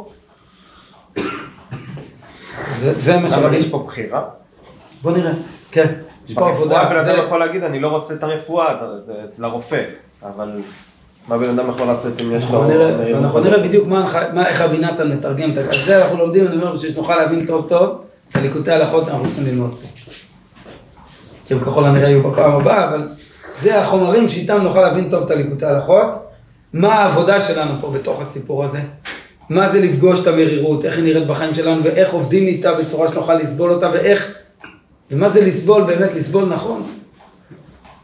זה מה למה יש פה בחירה? בוא נראה. כן, יש פה עבודה. בן אדם יכול להגיד, אני לא רוצה את הרפואה, לרופא, אבל מה בן אדם יכול לעשות אם יש לו... אנחנו נראה בדיוק איך רבי נתן מתרגם את זה. אנחנו לומדים, אני אומר, שנוכל להבין טוב טוב את הליקוטי ההלכות שאנחנו רוצים ללמוד פה. כי הם ככל הנראה יהיו בפעם הבאה, אבל זה החומרים שאיתם נוכל להבין טוב את הליקוטי ההלכות. מה העבודה שלנו פה בתוך הסיפור הזה? מה זה לפגוש את המרירות, איך היא נראית בחיים שלנו, ואיך עובדים איתה בצורה שנוכל לסבול אותה, ומה זה לסבול, באמת לסבול נכון.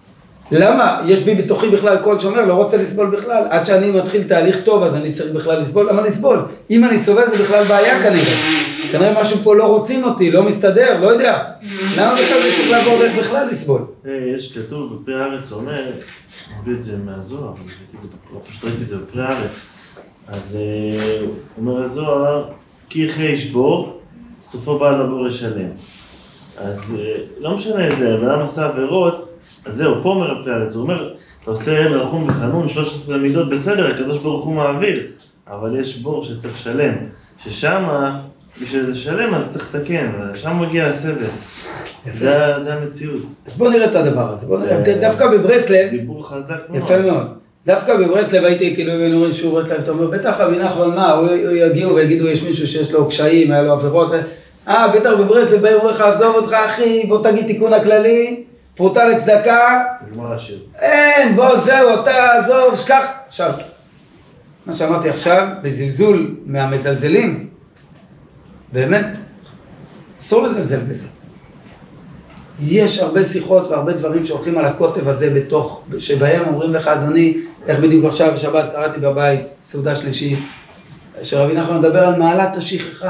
למה? יש בי בתוכי בכלל קול שאומר, לא רוצה לסבול בכלל. עד שאני מתחיל תהליך טוב, אז אני צריך בכלל לסבול. למה לסבול? אם אני סובל זה בכלל בעיה כנראה. כנראה משהו פה לא רוצים אותי, לא מסתדר, לא יודע. למה בכלל זה צריך לעבור איך בכלל לסבול? יש כתוב בפרי הארץ, הוא אומר, מביא את זה מהזוהר, פשוט ראיתי את זה בפרי הארץ. אז הוא אומר הזוהר, כי יחיה ישבור, סופו בעל הבור ישלם. אז לא משנה איזה, אבל למה עשה עבירות, אז זהו, פה אומר הפרי הארץ, הוא אומר, אתה עושה אל רחום וחנון, 13 מידות, בסדר, הקדוש ברוך הוא מעביר, אבל יש בור שצריך לשלם, ששמה, בשביל לשלם אז צריך לתקן, ושם מגיע הסבל. זה המציאות. אז בוא נראה את הדבר הזה, בוא נראה, דווקא בברסלב, דיבור חזק מאוד. יפה מאוד, דווקא בברסלב הייתי כאילו, אם נוראים שהוא ברסלב, אתה אומר, בטח רבי נחמן מה, הוא יגיעו ויגידו, יש מישהו שיש לו קשיים, היה לו עבירות, בטח בברסלב באים אומרים לך, עזוב אותך אחי, בוא תגיד תיקון הכללי, פרוטה לצדקה, אין, בוא זהו, אתה עזוב, שכח. עכשיו, מה שאמרתי עכשיו, בזלזול מהמזלזלים, באמת, אסור לזלזל בזה. יש הרבה שיחות והרבה דברים שהולכים על הקוטב הזה בתוך, שבהם אומרים לך, אדוני, איך בדיוק עכשיו בשבת קראתי בבית, סעודה שלישית, שרבי נחמן מדבר על מעלת השכחה.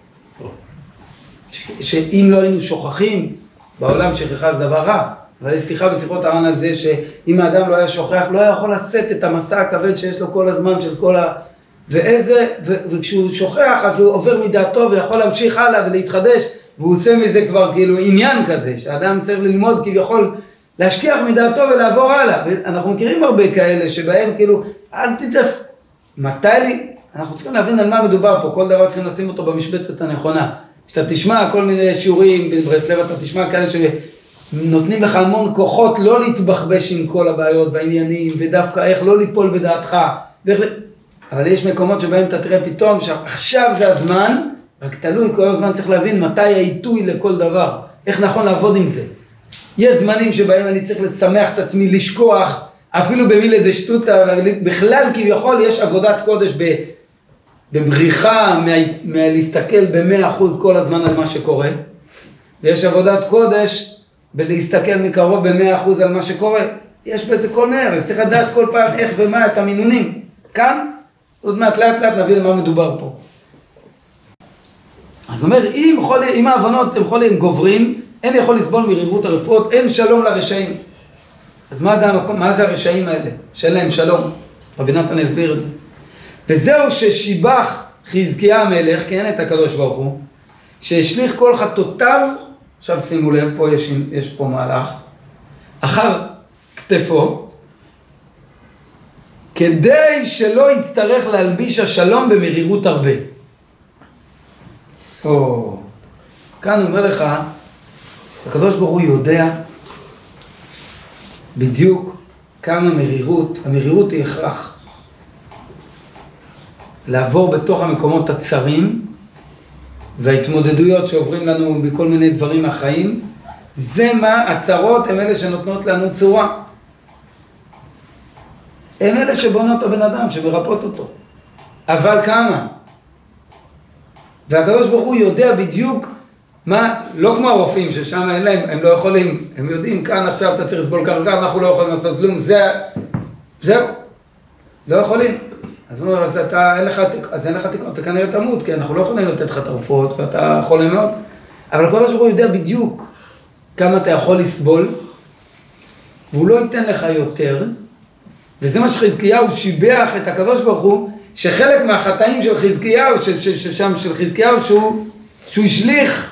שאם לא היינו שוכחים, בעולם שכחה זה דבר רע, אבל יש שיחה בשיחות הר"ן על זה שאם האדם לא היה שוכח, לא היה יכול לשאת את המסע הכבד שיש לו כל הזמן של כל וכשהוא שוכח אז הוא עובר מדעתו ויכול להמשיך הלאה ולהתחדש, והוא עושה מזה כבר כאילו עניין כזה, שהאדם צריך ללמוד כביכול להשכיח מדעתו ולעבור הלאה. ואנחנו מכירים הרבה כאלה שבהם כאילו, אל תתעס, מתי לי? אנחנו צריכים להבין על מה מדובר פה, כל דבר צריכים לשים אותו במשבצת הנכונה. כשאתה תשמע כל מיני שיעורים בברסלב, אתה תשמע כאלה שנותנים לך המון כוחות לא להתבחבש עם כל הבעיות והעניינים, ודווקא איך לא ליפול בדעתך. אבל יש מקומות שבהם אתה תראה פתאום שעכשיו זה הזמן, רק תלוי כל הזמן צריך להבין מתי העיתוי לכל דבר, איך נכון לעבוד עם זה. יש זמנים שבהם אני צריך לשמח את עצמי, לשכוח, אפילו במילי דשטוטה, בכלל כביכול יש עבודת קודש בבריחה מלהסתכל ב100% כל הזמן על מה שקורה, ויש עבודת קודש בלהסתכל מקרוב ב100% על מה שקורה. יש בזה כל מיני, צריך לדעת כל פעם איך ומה את המינונים. כאן, עוד מעט לאט לאט נבין מה מדובר פה. אז אומר, אם ההבנות הם חולים גוברים, אין יכול לסבול מרירות הרפואות, אין שלום לרשעים. אז מה זה הרשעים האלה? שאין להם שלום. רבי נתן הסביר את זה. וזהו ששיבח חזקיה המלך, כן, את הקדוש ברוך הוא, שהשליך כל חטאותיו, עכשיו שימו לב, פה יש פה מהלך, אחר כתפו, כדי שלא יצטרך להלביש השלום במרירות הרבה. כאן הוא אומר לך, הקדוש ברוך הוא יודע בדיוק כמה המרירות היא הכרח. לעבור בתוך המקומות הצרים וההתמודדויות שעוברים לנו בכל מיני דברים מהחיים, זה מה, הצרות הם אלה שנותנות לנו צורה. הם אלה שבונות הבן אדם, שמרפות אותו. אבל כמה? והקדוש ברוך הוא יודע בדיוק מה, לא כמו הרופאים ששם אין להם, הם לא יכולים, הם יודעים, כאן עכשיו אתה צריך לסבול קרקע, אנחנו לא יכולים לעשות כלום, זהו, לא יכולים. אז הוא אומר, אז אין לך תיקון, אתה כנראה תמות, כי אנחנו לא יכולים לתת לך תרופות, ואתה חולה מאוד. אבל הקדוש ברוך הוא יודע בדיוק כמה אתה יכול לסבול, והוא לא ייתן לך יותר, וזה מה שחזקיהו שיבח את הקדוש ברוך הוא, שחלק מהחטאים של חזקיהו, של חזקיהו, שהוא השליך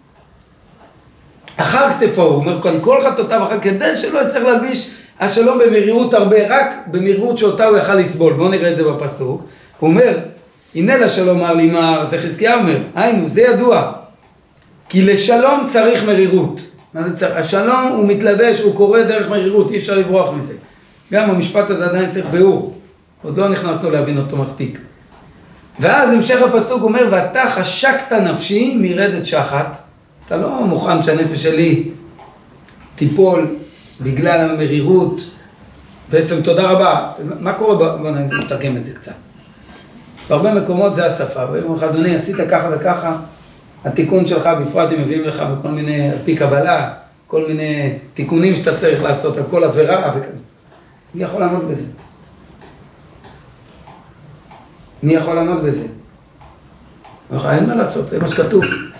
אחר כתפו, הוא אומר כאן כל חטאותיו אחר, כדי שלא יצטרך להלביש השלום במהירות הרבה, רק במהירות שאותה הוא יכל לסבול. בואו נראה את זה בפסוק. הוא אומר, הנה לשלום אמר לי מר, זה חזקיהו אומר, היינו, זה ידוע, כי לשלום צריך מרירות. מה זה צריך? השלום הוא מתלבש, הוא קורא דרך מרירות, אי אפשר לברוח מזה. גם המשפט הזה עדיין צריך ביאור, עוד לא נכנסנו להבין אותו מספיק. ואז המשך הפסוק אומר, ואתה חשקת נפשי מרדת שחת, אתה לא מוכן שהנפש שלי תיפול בגלל המרירות. בעצם תודה רבה. מה קורה? בוא נתרגם את זה קצת. בהרבה מקומות זה השפה. ואומרים לך, אדוני, עשית ככה וככה, התיקון שלך בפרט הם מביאים לך בכל מיני, על פי קבלה, כל מיני תיקונים שאתה צריך לעשות על כל עבירה, מי יכול לעמוד בזה? מי יכול לעמוד בזה? אין מה לעשות, זה מה שכתוב.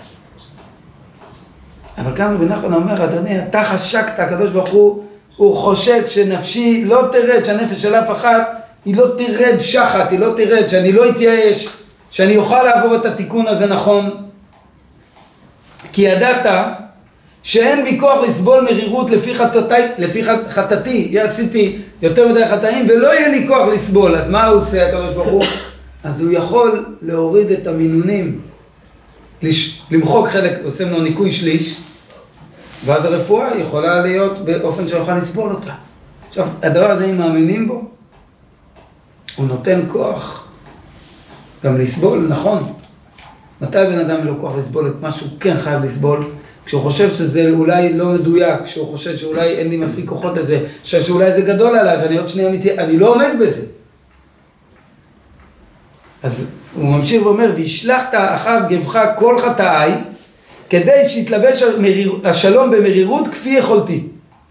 אבל כאן רבי נחמן אומר, אדוני, אתה חשקת, הקדוש ברוך הוא חושק שנפשי לא תרד, שהנפש של אף אחת, היא לא תרד שחת, היא לא תרד, שאני לא אתייאש, שאני אוכל לעבור את התיקון הזה נכון. כי ידעת שאין בי כוח לסבול מרירות לפי חטאתי, עשיתי יותר מדי חטאים ולא יהיה לי כוח לסבול. אז מה הוא עושה הקדוש ברוך הוא? אז הוא יכול להוריד את המינונים, למחוק חלק, עושה לנו ניקוי שליש, ואז הרפואה יכולה להיות באופן שיוכל לסבול אותה. עכשיו, הדבר הזה, אם מאמינים בו, הוא נותן כוח גם לסבול, נכון. מתי בן אדם לא כוח לסבול את מה שהוא כן חייב לסבול? כשהוא חושב שזה אולי לא מדויק, כשהוא חושב שאולי אין לי מספיק כוחות לזה, שאולי זה גדול עליי ואני עוד שנייה אני לא עומד בזה. אז הוא ממשיך ואומר, וישלחת אחר גבך כל חטאי, כדי שיתלבש השלום במרירות כפי יכולתי.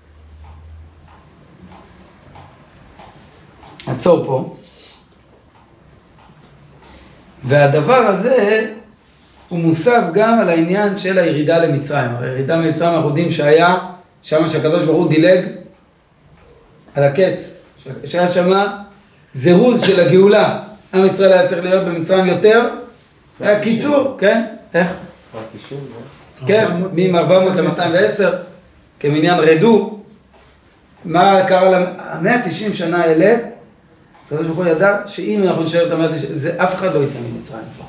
עצור פה. והדבר הזה הוא מוסף גם על העניין של הירידה למצרים. הרי הירידה למצרים אנחנו יודעים שהיה שם שהקדוש ברוך הוא דילג על הקץ, שהיה שם זירוז של הגאולה. עם ישראל היה צריך להיות במצרים יותר, היה קיצור, כן? איך? כן, מ-400 ל-210, כמניין רדו. מה קרה ל-190 שנה האלה? הקדוש ברוך הוא ידע שאם אנחנו נשאר את ה-190, אף אחד לא יצא ממצרים כבר.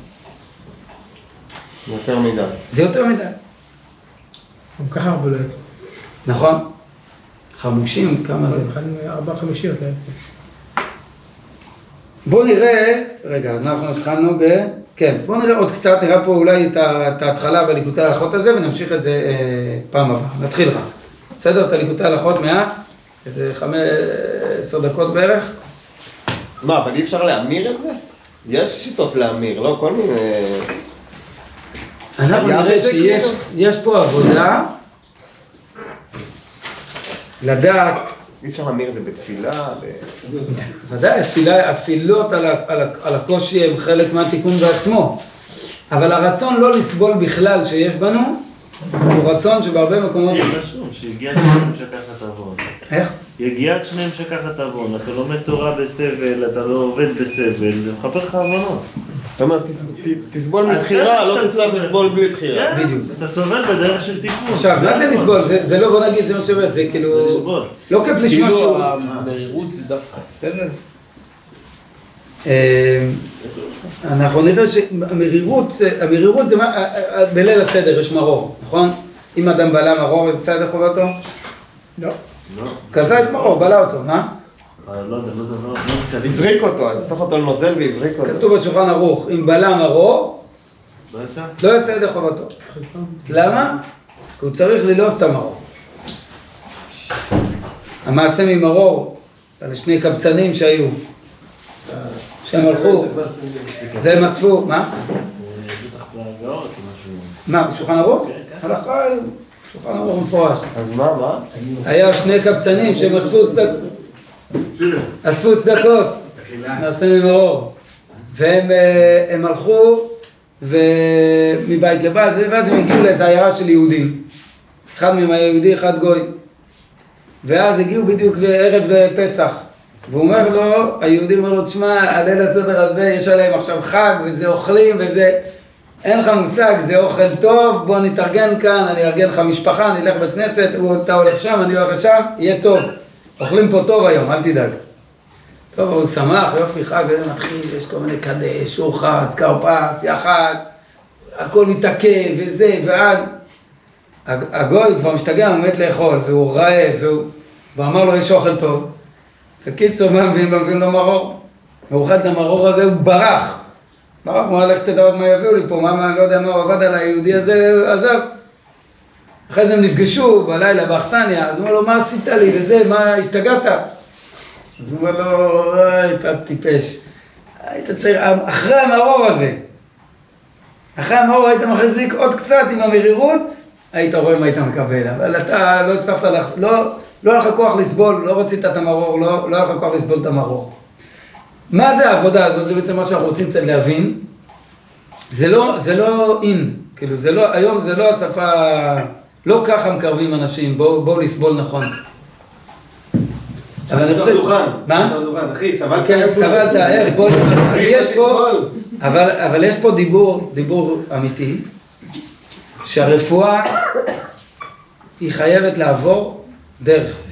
יותר מדי. זה יותר מדי. גם ככה הרבה לא יצא. נכון. חמושים, כמה זה? 4 חמישיות לא יצא. בואו נראה, רגע, אנחנו התחלנו כן, בואו נראה עוד קצת, נראה פה אולי את ההתחלה בליקוטי ההלכות הזה, ונמשיך את זה פעם הבאה. נתחיל רק. בסדר? את הליקוטי ההלכות מעט, איזה 15 דקות בערך. מה, אבל אי אפשר להמיר את זה? יש שיטות להמיר, לא? כל מיני... אנחנו נראה שיש פה עבודה לדעת. אי אפשר להמיר את זה בתפילה. ודאי, התפילות על הקושי הם חלק מהתיקון בעצמו. אבל הרצון לא לסבול בכלל שיש בנו, הוא רצון שבהרבה מקומות... יש משהו, שהגיעת שניהם שככה תעבוד. איך? יגיעת שניהם שככה תעבוד. אתה לומד תורה בסבל, אתה לא עובד בסבל, זה מחבר לך הבנות. אתה אומר, תסבול מבחירה, לא תצטרך לסבול בלי בחירה. בדיוק. אתה סובל בדרך של תיקון. עכשיו, מה זה לסבול? זה לא, בוא נגיד, זה מה שבא, זה כאילו... זה לסבול. לא כיף לשמוע שהוא... כאילו המרירות זה דווקא סבל? אנחנו נראה שהמרירות זה מה... בליל הסדר יש מרור, נכון? אם אדם בלע מרור, זה בסדר חובתו? לא. לא. כזה את מרור, בלע אותו, מה? לא יודע, לא מתקדם. הזריק אותו, הפך אותו לנוזל והזריק אותו. כתוב בשולחן ערוך, אם בלע מרור, לא יצא? לא יוצא ידי חובתו. למה? כי הוא צריך ללעוס את המרור. המעשה ממרור, על שני קבצנים שהיו, שהם הלכו, והם אספו, מה? בטח להגאות או משהו. מה, בשולחן ערוך? הלכה, שולחן ערוך מפורש. אז מה? היה שני קבצנים שהם אספו צדקות, נעשה ממרור. והם הלכו מבית לבית, ואז הם הגיעו לאיזו עיירה של יהודים. אחד מהם היה יהודי, אחד גוי. ואז הגיעו בדיוק לערב פסח. והוא אומר לו, היהודי אומר לו, תשמע, הליל הסדר הזה, יש עליהם עכשיו חג, וזה אוכלים, וזה... אין לך מושג, זה אוכל טוב, בוא נתארגן כאן, אני אארגן לך משפחה, נלך בית כנסת, אתה הולך שם, אני הולך לשם, יהיה טוב. אוכלים פה טוב היום, אל תדאג. טוב, הוא שמח, יופי, חג, וזה מתחיל, יש כל מיני קדש, אורחץ, קרפס, יחד, הכל מתעכב, וזה, ועד. הגוי כבר משתגע, הוא מת לאכול, והוא רעב, ואמר לו, יש אוכל טוב. וקיצור, מה מבין? לא מבין לו מרור. והוא אוכל את המרור הזה, הוא ברח. ברח, הוא הלך תדע עוד מה יביאו לי פה, מה, לא יודע מה הוא עבד על היהודי הזה, עזב. אחרי זה הם נפגשו בלילה באכסניה, אז הוא אומר לו, מה עשית לי וזה, מה, השתגעת? אז הוא אומר לו, אתה טיפש. היית צריך, אחרי המרור הזה, אחרי המרור היית מחזיק עוד קצת עם המרירות, היית רואה מה היית מקבל, אבל אתה לא הצלחת, לא היה לך כוח לסבול, לא רצית את המרור, לא היה לך כוח לסבול את המרור. מה זה העבודה הזאת? זה בעצם מה שאנחנו רוצים קצת להבין. זה לא אין, כאילו זה לא, היום זה לא השפה, לא ככה מקרבים אנשים, בואו לסבול נכון. אבל אני חושב... מה? אחי, סבלת. כן, סבלת, בואו, יש פה, אבל יש פה דיבור אמיתי, שהרפואה היא חייבת לעבור דרך זה.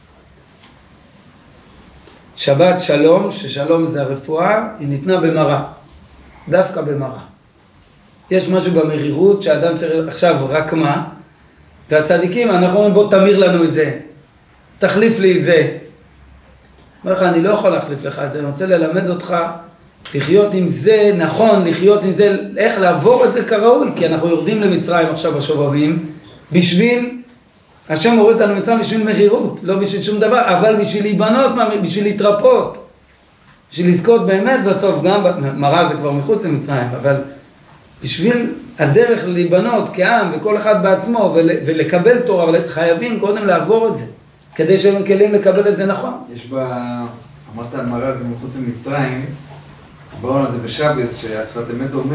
שבת שלום, ששלום זה הרפואה, היא ניתנה במראה, דווקא במראה. יש משהו במרירות שהאדם צריך, עכשיו רק מה? והצדיקים, אנחנו אומרים בוא תמיר לנו את זה, תחליף לי את זה. אומר לך, אני לא יכול להחליף לך את זה, אני רוצה ללמד אותך לחיות עם זה, נכון, לחיות עם זה, איך לעבור את זה כראוי, כי אנחנו יורדים למצרים עכשיו בשובבים, בשביל, השם הוריד אותנו מצרים בשביל מרירות, לא בשביל שום דבר, אבל בשביל להיבנות, בשביל להתרפות, בשביל לזכות באמת בסוף, גם מראה זה כבר מחוץ למצרים, אבל בשביל הדרך להיבנות כעם וכל אחד בעצמו ולקבל תורה, חייבים קודם לעבור את זה, כדי שהם כלים לקבל את זה נכון. יש בה, אמרת על מראה זה מחוץ למצרים, באו על זה בשבס, שהשפת אמת אומר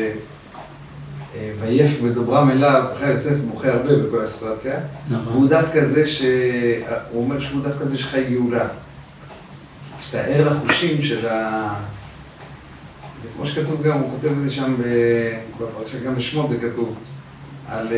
ויף בדוברם אליו, אחרי יוסף מוחה הרבה בכל הסיטואציה, והוא דווקא זה הוא אומר שהוא דווקא זה שחי גאולה. כשאתה ער לחושים של זה כמו שכתוב גם, הוא כותב את זה שם בפרשה, גם בשמות זה כתוב, על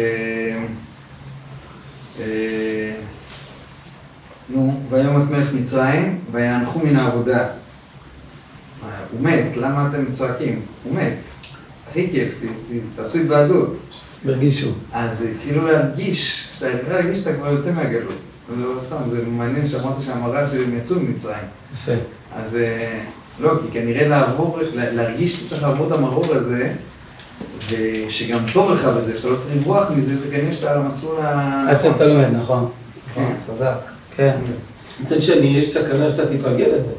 ויום את מלך מצרים, ויענחו מן העבודה. הוא מת, למה אתם צועקים? הוא מת. הכי כיף, תעשו התוועדות. הרגישו. אז התחילו להרגיש, כשאתה להרגיש שאתה כבר יוצא מהגלות. לא סתם, זה מעניין שאמרתי שהמראה שהם יצאו ממצרים. יפה. אז לא, כי כנראה להרגיש שאתה צריך לעבור את המרור הזה, ושגם טוב לך בזה, שאתה לא צריך לברוח מזה, זה כנראה שאתה על המסלול עד שאתה לומד, נכון. כן. חזק. כן. מצד שני, יש סכנה שאתה תתרגל לזה.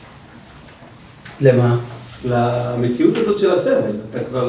למה? למציאות הזאת של הסבל. אתה כבר...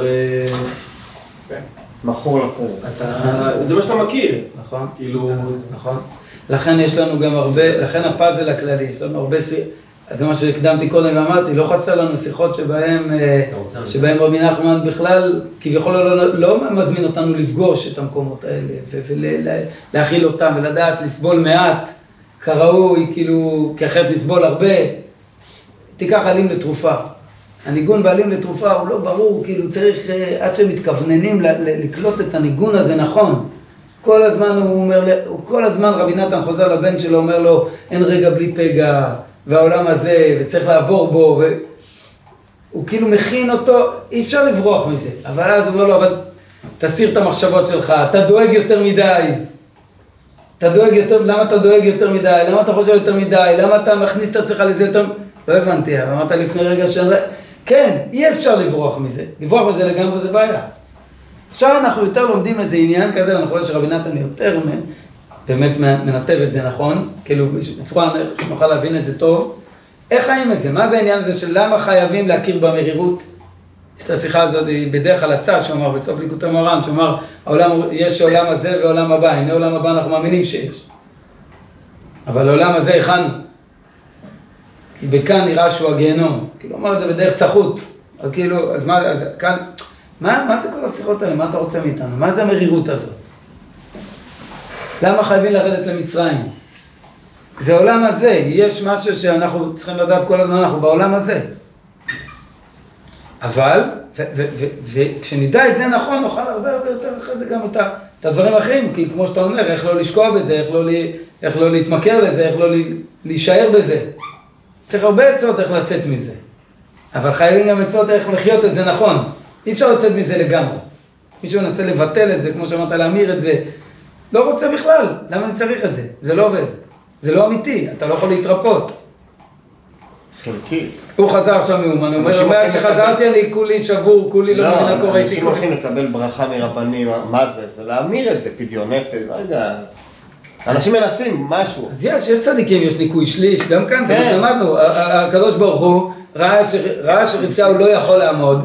מכור לסבל. זה מה שאתה מכיר. נכון. כאילו... נכון. לכן יש לנו גם הרבה, לכן הפאזל הכללי, יש לנו הרבה אז זה מה שהקדמתי קודם ואמרתי, לא חסר לנו שיחות שבהם רבי נחמן בכלל, כביכול לא מזמין אותנו לפגוש את המקומות האלה, ולהכיל אותם ולדעת לסבול מעט, כראוי, כאילו, כי אחרת נסבול הרבה. תיקח עלים לתרופה. הניגון בעלים לתרופה הוא לא ברור, כאילו צריך, עד שמתכווננים לקלוט את הניגון הזה נכון. כל הזמן הוא אומר, כל הזמן רבי נתן חוזר לבן שלו, אומר לו, אין רגע בלי פגע, והעולם הזה, וצריך לעבור בו, והוא כאילו מכין אותו, אי אפשר לברוח מזה. אבל אז הוא אומר לו, אבל תסיר את המחשבות שלך, אתה דואג יותר מדי. למה אתה דואג יותר מדי? למה אתה חושב יותר מדי? למה אתה מכניס את עצמך לזה יותר... לא הבנתי, אמרת לפני רגע כן, אי אפשר לברוח מזה. לברוח מזה לגמרי זה בעיה. עכשיו אנחנו יותר לומדים איזה עניין כזה, אנחנו רואים שרבי נתן יותר באמת מנתב את זה נכון, כאילו בצורה שנוכל להבין את זה טוב. איך חיים את זה? מה זה העניין הזה של למה חייבים להכיר במרירות? יש את השיחה הזאת בדרך כלל הצע שאומר בסוף ליקוטי מרן, שאומר יש עולם הזה ועולם הבא, הנה עולם הבא אנחנו מאמינים שיש. אבל העולם הזה הכנו. כי בכאן נראה שהוא הגיהנום, כאילו אומר את זה בדרך צחות, כאילו, אז מה, אז כאן, מה זה כל השיחות האלה, מה אתה רוצה מאיתנו, מה זה המרירות הזאת? למה חייבים לרדת למצרים? זה עולם הזה, יש משהו שאנחנו צריכים לדעת כל הזמן, אנחנו בעולם הזה. אבל, וכשנדע את זה נכון, נוכל הרבה יותר אחרי זה גם את הדברים האחרים, כי כמו שאתה אומר, איך לא לשקוע בזה, איך לא להתמכר לזה, איך לא להישאר בזה. צריך הרבה עצות איך לצאת מזה. אבל חייבים גם עצות איך לחיות את זה נכון. אי אפשר לצאת מזה לגמרי. מישהו מנסה לבטל את זה, כמו שאמרת, להמיר את זה. לא רוצה בכלל. למה אני צריך את זה? זה לא עובד. זה לא אמיתי. אתה לא יכול להתרפות. חלקי. הוא חזר עכשיו מאומן. הוא אומר, הבעיה שחזרתי אני כולי שבור, כולי לא מבינה קורא איתי. אנשים הולכים לקבל ברכה מרבנים. מה זה? זה להמיר את זה, פדיון נפש, לא יודע. אנשים מנסים משהו. אז יש צדיקים, יש ניקוי שליש, גם כאן זה מה שלמדנו. הקדוש ברוך הוא ראה שחזקיהו לא יכול לעמוד,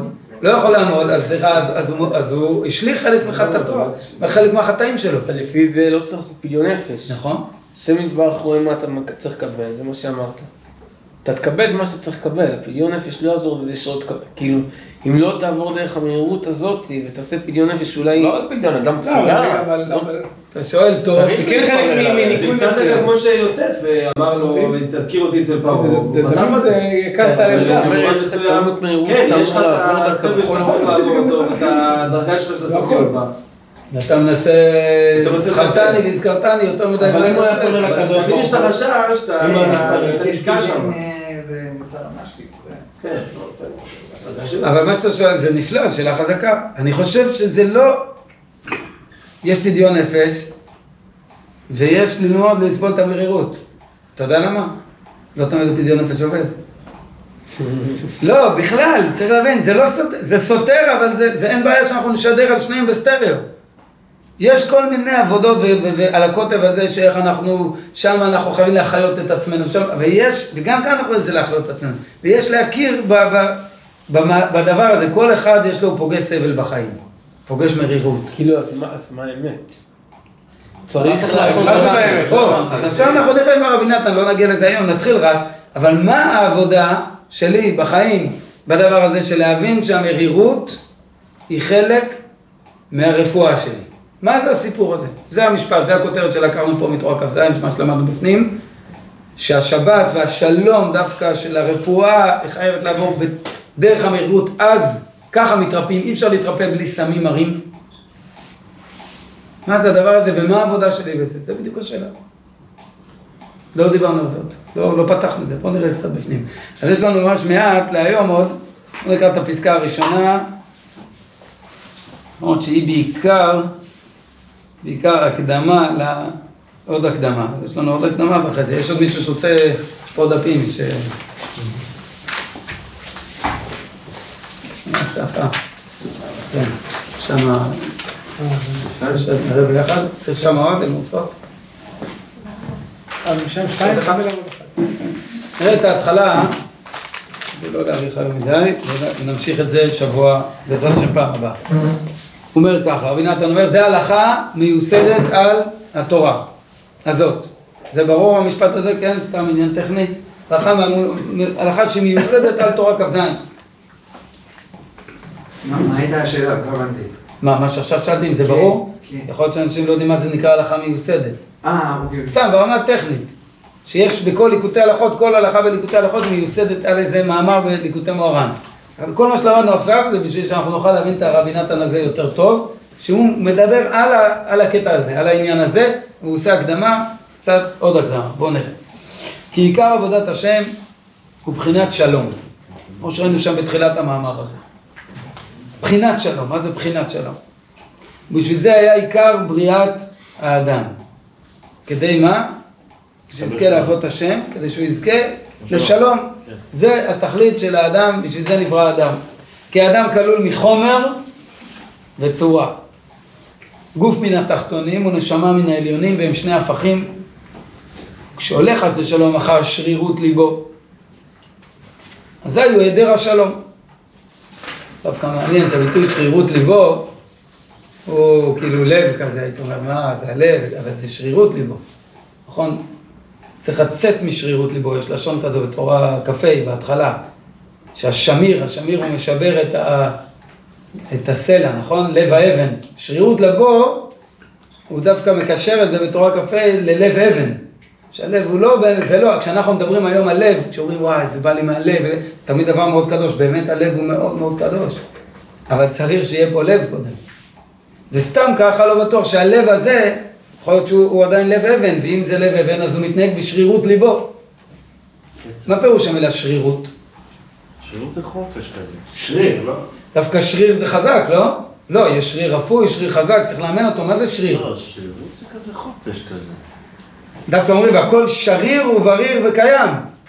לא יכול לעמוד, אז סליחה, אז הוא השליך חלק מחטאתו, חלק מהחטאים שלו. לפי זה לא צריך לעשות פדיון נפש. נכון? השם יתברך רואה מה אתה צריך לקבל, זה מה שאמרת. אתה תקבל מה שאתה צריך לקבל, הפדיון נפש לא יעזור לזה שלא תקבל. כאילו, אם לא תעבור דרך המהירות הזאת ותעשה פדיון נפש, אולי... לא רק פדיון, גם לא, תפילה. אבל... אתה שואל טוב. זה כן חלק מניקוי זה קצת מסוים. כמו שיוסף אמר לו, תזכיר אותי אצל פרעה. זה תמיד זה כעסת עליהם גם. אומר, יש לך כמות מהירות, כן, אתה יש לך אמור את לעבור דרכו הסבל בכל שאתה צריך העולם. לעבור אותו, ואת הדרגה שלך שאתה צריך להיות בה. אתה מנסה, זכרתני והזכרתני יותר מדי. אבל אם הוא היה פונה לקדוש תמיד יש את החשש שאתה נתקע שם. זה מצא המשקיף. כן, לא רוצה. אבל מה שאתה שואל זה נפלא, שאלה חזקה. אני חושב שזה לא... יש פדיון נפש, ויש ללמוד לסבול את המרירות. אתה יודע למה? לא תמיד הפדיון נפש עובד. לא, בכלל, צריך להבין, זה סותר, אבל זה אין בעיה שאנחנו נשדר על שניהם בסטריאו. יש כל מיני עבודות ועל הקוטב הזה שאיך אנחנו, שם אנחנו חייבים להחיות את עצמנו, וגם כאן אנחנו רוצים להחיות את עצמנו, ויש להכיר בדבר הזה, כל אחד יש לו פוגש סבל בחיים, פוגש מרירות. כאילו, אז מה האמת? צריך לעשות אז עכשיו אנחנו נראה מה רבי נתן, לא נגיע לזה היום, נתחיל רק, אבל מה העבודה שלי בחיים בדבר הזה של להבין שהמרירות היא חלק מהרפואה שלי? מה זה הסיפור הזה? זה המשפט, זה הכותרת שלקחנו פה מתורה כ"ז, מה שלמדנו בפנים, שהשבת והשלום דווקא של הרפואה היא חייבת לעבור בדרך המרירות, אז ככה מתרפאים, אי אפשר להתרפא בלי סמים מרים. מה זה הדבר הזה ומה העבודה שלי בזה? זה בדיוק השאלה. לא דיברנו על זאת, לא פתחנו את זה, בואו נראה קצת בפנים. אז יש לנו ממש מעט להיום עוד, בואו נקרא את הפסקה הראשונה, למרות שהיא בעיקר הקדמה, עוד הקדמה. אז יש לנו עוד הקדמה ואחרי זה. יש עוד מישהו שרוצה, יש פה עוד דפים שפה. כן, שמה. נראה ביחד. צריך שמה עוד, הן רוצות. שם שתיים, נראה את ההתחלה, ולא להאריך היום מדי, ונמשיך את זה שבוע, בעזרת השם פעם הבאה. הוא אומר ככה, רבי נתן אומר, זה הלכה מיוסדת על התורה הזאת. זה ברור המשפט הזה, כן? סתם עניין טכני. הלכה שמיוסדת על תורה כ"ז. מה הייתה השאלה? לא הבנתי. מה שעכשיו שאלתי, אם זה ברור? כן. יכול להיות שאנשים לא יודעים מה זה נקרא הלכה מיוסדת. אוקיי. סתם, ברמה טכנית. שיש בכל ליקוטי הלכות, כל הלכה בליקוטי הלכות מיוסדת על איזה מאמר בליקוטי מוהר"ן. כל מה שלמדנו עכשיו זה בשביל שאנחנו נוכל להבין את הרבי נתן הזה יותר טוב, שהוא מדבר על הקטע הזה, על העניין הזה, והוא עושה הקדמה, קצת עוד הקדמה. בואו נראה. כי עיקר עבודת השם הוא בחינת שלום. כמו שראינו שם בתחילת המאמר הזה. בחינת שלום, מה זה בחינת שלום? בשביל זה היה עיקר בריאת האדם. כדי מה? שיזכה לעבוד השם, כדי שהוא יזכה לשלום. זה התכלית של האדם, בשביל זה נברא האדם. כי האדם כלול מחומר וצורה. גוף מן התחתונים ונשמה מן העליונים, והם שני הפכים. כשהולך חס ושלום אחר שרירות ליבו, אז זה הוא היעדר השלום. דווקא מעניין שהביטוי שרירות ליבו, הוא כאילו לב כזה, היית אומר, מה זה הלב, אבל זה שרירות ליבו. נכון? צריך לצאת משרירות ליבו, יש לשון כזו בתורה קפה בהתחלה, שהשמיר הוא משבר את הסלע, נכון? לב האבן. שרירות לבו, הוא דווקא מקשר את זה בתורה קפה ללב אבן. שהלב הוא לא, זה לא, כשאנחנו מדברים היום על לב, כשאומרים וואי, זה בא לי מהלב, זה תמיד דבר מאוד קדוש, באמת הלב הוא מאוד מאוד קדוש. אבל צריך שיהיה פה לב קודם. וסתם ככה לא בטוח שהלב הזה, יכול להיות שהוא עדיין לב אבן, ואם זה לב אבן אז הוא מתנהג בשרירות ליבו. מה פירוש המילה שרירות? שרירות זה חופש כזה. שריר, לא? דווקא שריר זה חזק, לא? לא, יש שריר רפוי, שריר חזק, צריך לאמן אותו, מה זה שריר? לא, שרירות זה כזה חופש כזה. דווקא אומרים, והכל שריר ובריר וקיים.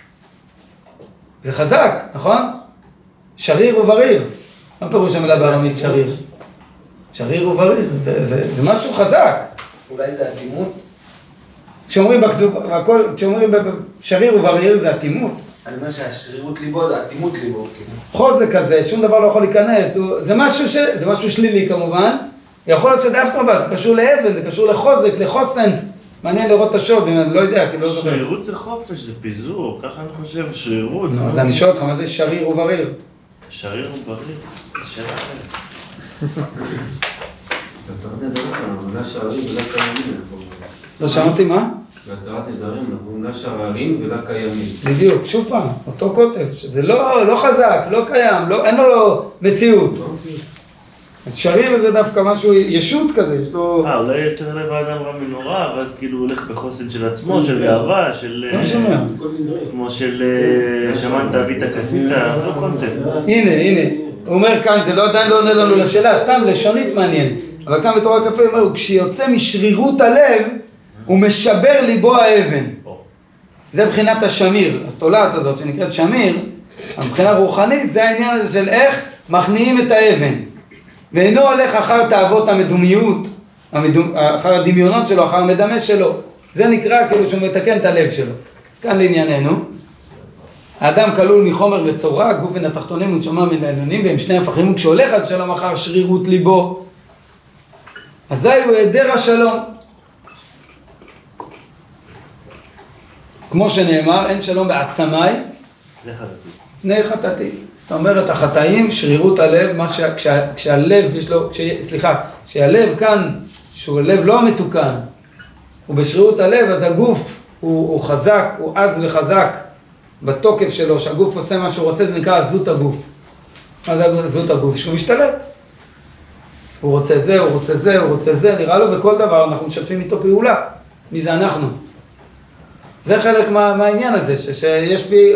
זה חזק, נכון? שריר ובריר. מה פירוש המילה בארמית שריר? שריר ובריר, זה משהו חזק. אולי זה אטימות? כשאומרים שריר ובריר זה אטימות. אני אומר שהשרירות ליבו זה אטימות ליבו, כאילו. חוזק כזה, שום דבר לא יכול להיכנס, זה משהו שלילי כמובן, יכול להיות שדווקא בה, זה קשור לאבן, זה קשור לחוזק, לחוסן, מעניין לראות את השוד, אם אני לא יודע, כאילו... שרירות זה חופש, זה פיזור, ככה אני חושב, שרירות. אז אני שואל אותך, מה זה שריר ובריר? שריר ובריר, זה שאלה אחרת. בתורת נדרים אנחנו לא שערים ולא קיימים. לא שמעתי מה? בתורת נדרים אנחנו לא שערים ולא קיימים. בדיוק, שוב פעם, אותו כותב, שזה לא חזק, לא קיים, אין לו מציאות. אז שריר זה דווקא משהו, ישות כזה, יש לו... אולי יצר לב האדם רע מנורא, ואז כאילו הוא הולך בחוסן של עצמו, של גאווה, של... זה מה שאומר. כמו של שמנת אביתה כסיתה, אותו קונספט. הנה, הוא אומר כאן, זה לא עדיין לא עונה לנו לשאלה, סתם לשונית מעניין. אבל כאן בתורה כ"ה הוא אומר, כשיוצא משרירות הלב, הוא משבר ליבו האבן. זה מבחינת השמיר, התולעת הזאת שנקראת שמיר, מבחינה רוחנית, זה העניין הזה של איך מכניעים את האבן. ואינו הולך אחר תאוות המדומיות, אחר הדמיונות שלו, אחר המדמה שלו. זה נקרא כאילו שהוא מתקן את הלב שלו. אז כאן לענייננו. האדם כלול מחומר וצורה, גוף בין התחתונים ונשמה מן העליונים, והם שני הפכים, וכשהולך אז שלום אחר שרירות ליבו. אזי הוא היעדר השלום. כמו שנאמר, אין שלום בעצמי, פני חטאתי. זאת אומרת, החטאים, שרירות הלב, כשהלב יש לו, כשהלב כאן, שהוא הלב לא המתוקן, הוא בשרירות הלב, אז הגוף הוא חזק, הוא עז וחזק בתוקף שלו, שהגוף עושה מה שהוא רוצה, זה נקרא עזות הגוף. מה זה עזות הגוף? שהוא משתלט. הוא רוצה זה, הוא רוצה זה, הוא רוצה זה, נראה לו, וכל דבר אנחנו משתפים איתו פעולה. מי זה אנחנו? זה חלק מהעניין הזה, שיש בי...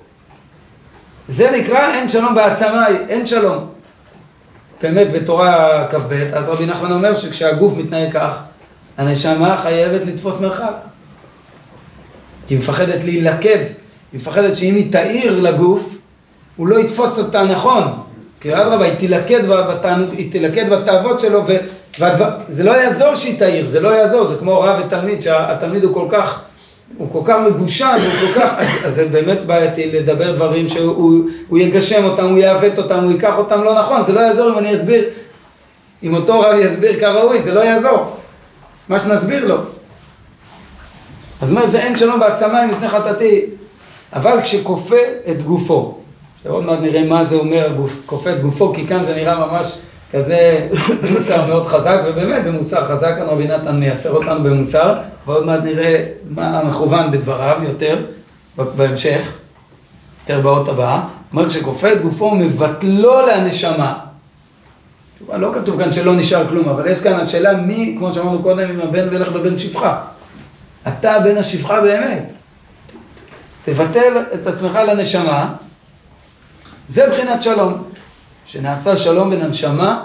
זה נקרא אין שלום בעצמי, אין שלום. באמת בתורה כ"ב, אז רבי נחמן אומר שכשהגוף מתנהג כך, הנשמה חייבת לתפוס מרחק. היא מפחדת להילכד, היא מפחדת שאם היא תאיר לגוף, הוא לא יתפוס אותה נכון. כי אדרבה, היא תילכד בתאוות שלו, זה לא יעזור שהיא תאיר, זה לא יעזור, זה כמו רב ותלמיד, שהתלמיד הוא כל כך מגושם, אז זה באמת בעייתי לדבר דברים שהוא יגשם אותם, הוא יעוות אותם, הוא ייקח אותם לא נכון, זה לא יעזור אם אני אסביר, אם אותו רב יסביר כראוי, זה לא יעזור, מה שנסביר לו. אז מה זה אין שלום בעצמי מפני חטאתי, אבל כשכופה את גופו, שעוד מעט נראה מה זה אומר כופה את גופו, כי כאן זה נראה ממש כזה מוסר מאוד חזק, ובאמת זה מוסר חזק, כאן רבי נתן מייסר אותנו במוסר, ועוד מעט נראה מה מכוון בדבריו יותר, בהמשך, יותר באות הבאה. אומר, כשכופה את גופו, מבטלו להנשמה. לא כתוב כאן שלא נשאר כלום, אבל יש כאן השאלה מי, כמו שאמרנו קודם, אם הבן וילך בבן שפחה. אתה בן השפחה באמת. תבטל את עצמך לנשמה, זה בחינת שלום. שנעשה שלום בין הנשמה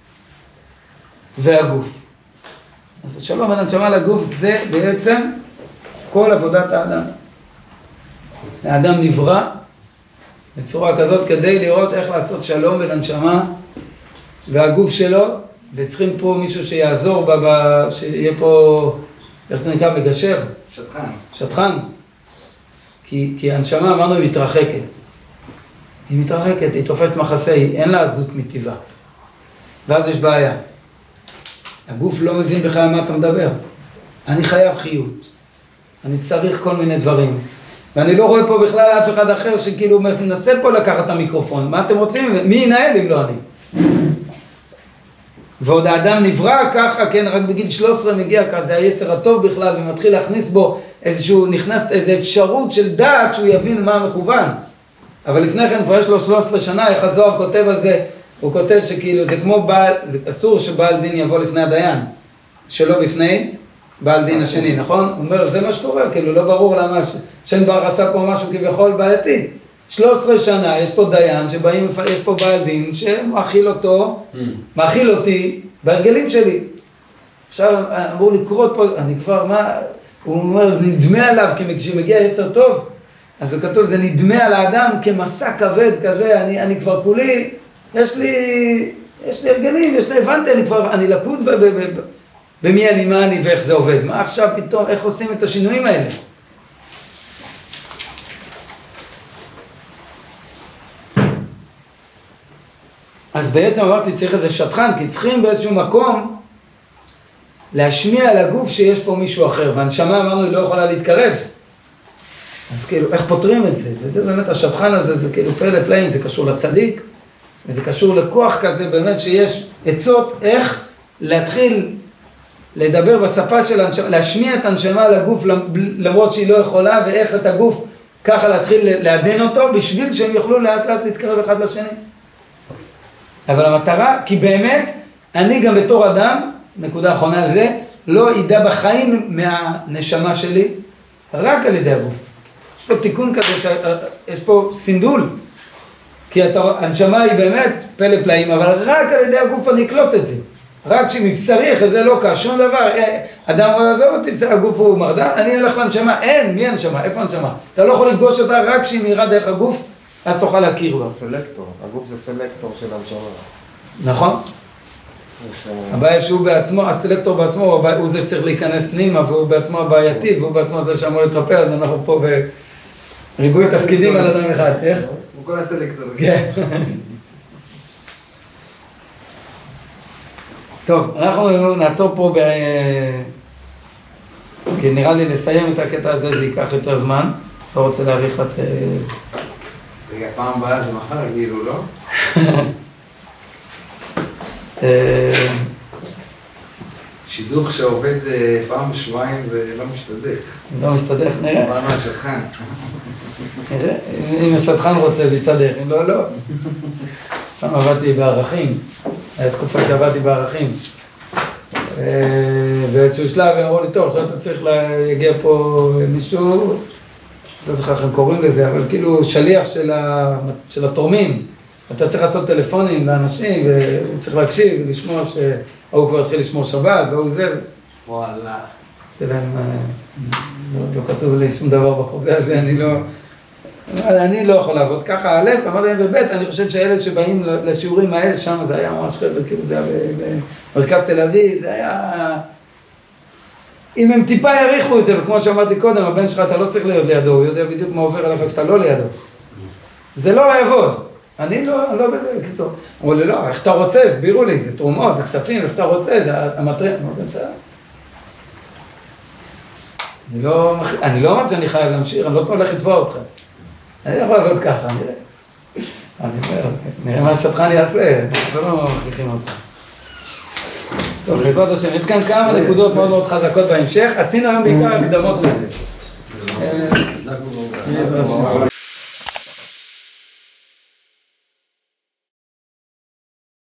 והגוף. אז השלום בין הנשמה לגוף זה בעצם כל עבודת האדם. האדם נברא בצורה כזאת כדי לראות איך לעשות שלום בין הנשמה והגוף שלו, וצריכים פה מישהו שיעזור, שיהיה פה, איך זה נקרא, מגשר? שטחן. שטחן. כי הנשמה, אמרנו, היא מתרחקת. היא מתרחקת, היא תופסת מחסה, אין לה עזות מטבעה. ואז יש בעיה. הגוף לא מבין בכלל מה אתה מדבר. אני חייב חיות. אני צריך כל מיני דברים. ואני לא רואה פה בכלל אף אחד אחר שכאילו מנסה פה לקחת את המיקרופון. מה אתם רוצים? מי ינהל אם לא אני? ועוד האדם נברא ככה, כן, רק בגיל 13 מגיע כזה היצר הטוב בכלל, ומתחיל להכניס בו נכנסת איזו אפשרות של דעת שהוא יבין מה המכוון. אבל לפני כן, כבר יש לו 13 שנה, איך הזוהר כותב על זה, הוא כותב שכאילו זה כמו זה אסור שבעל דין יבוא לפני הדיין, שלא בפני בעל דין השני, נכון? הוא אומר, זה מה שקורה, כאילו לא ברור למה שן בר עשה פה משהו כביכול בעייתי. 13 שנה, יש פה דיין שבאים, יש פה בעל דין שמאכיל אותו, מאכיל אותי בהרגלים שלי. עכשיו אמור לקרות פה, אני כבר, מה, הוא אומר, זה נדמה עליו, כי כשמגיע יצר טוב, אז זה כתוב, זה נדמה על האדם כמסע כבד כזה, אני כבר כולי, יש לי הרגלים, הבנתי, אני לקוד במי אני, מה אני ואיך זה עובד. מה עכשיו פתאום, איך עושים את השינויים האלה? אז בעצם אמרתי, צריך איזה שטחן, כי צריכים באיזשהו מקום להשמיע על הגוף שיש פה מישהו אחר, והנשמה אמרנו, היא לא יכולה להתקרב. אז כאילו, איך פותרים את זה? וזה באמת, השטחן הזה, זה כאילו פלא פלאים, זה קשור לצדיק, וזה קשור לכוח כזה, באמת שיש עצות איך להתחיל לדבר בשפה של הנשמה, להשמיע את הנשמה על הגוף למרות שהיא לא יכולה, ואיך את הגוף ככה להתחיל לעדן אותו, בשביל שהם יוכלו לאט לאט להתקרב אחד לשני. אבל המטרה, כי באמת, אני גם בתור אדם, נקודה אחרונה על זה, לא ידע בחיים מהנשמה שלי, רק על ידי הגוף. יש פה תיקון כזה, יש פה סינדול, כי הנשמה היא באמת פלא פלאים, אבל רק על ידי הגוף אני אקלוט את זה. רק שמבשרי, זה לא קרה, שום דבר, אדם אומר, עזוב אותי, בסדר, הגוף הוא מרדן, אני אלך לנשמה, אין, מי הנשמה, איפה הנשמה? אתה לא יכול לפגוש אותה רק שהיא מהירה דרך הגוף, אז תוכל להכיר בה. סלקטור, הגוף זה סלקטור של הנשמה. נכון? הבעיה שהוא בעצמו, הסלקטור בעצמו, הוא זה שצריך להיכנס פנימה, והוא בעצמו הבעייתי, והוא בעצמו זה שאמור לטרפא, אז אנחנו פה בריבוי תפקידים על אדם אחד. איך? הוא כל הסלקטור. כן. טוב, אנחנו נעצור פה כי נראה לי לסיים את הקטע הזה, זה ייקח יותר זמן. לא רוצה להאריך את... רגע, פעם הבאה זה מחר, כאילו, לא? שידוך שעובד פעם בשבועיים ולא משתדך. לא משתדך, נראה. אמרנו השטחן. נראה, אם השטחן רוצה להשתדך, אם לא, לא. פעם עבדתי בערכים, היה תקופה שעבדתי בערכים. באיזשהו שלב הם אמרו לי, טוב, עכשיו אתה צריך להגיע פה מישהו, לא זוכר איך הם קוראים לזה, אבל כאילו שליח של התורמים. אתה צריך לעשות טלפונים לאנשים, והוא צריך להקשיב ולשמוע שהוא כבר התחיל לשמור שבת, והוא זה. וואלה. זה להם, לא כתוב לי שום דבר בחוזה הזה, אני לא יכול לעבוד ככה. א', אמרתי להם, וב', אני חושב שהילד שבאים לשיעורים האלה, שם זה היה ממש חבל, כאילו זה היה במרכז תל אביב, זה היה... אם הם טיפה יריחו את זה, וכמו שאמרתי קודם, הבן שלך אתה לא צריך להיות לידו, הוא יודע בדיוק מה עובר עליך כשאתה לא לידו. זה לא יעבוד. אני לא בזה, בקיצור. אמרו לי, לא, איך אתה רוצה, הסבירו לי, זה תרומות, זה כספים, איך אתה רוצה, זה המטריה. אמרתי, בסדר. אני לא אומר שאני חייב להמשיך, אני לא הולך לתבוע אותך. אני יכול לעבוד ככה, נראה מה השטחן יעשה, לא מכריחים אותך. טוב, בעזרת השם, יש כאן כמה נקודות מאוד מאוד חזקות בהמשך, עשינו היום בעיקר הקדמות לזה.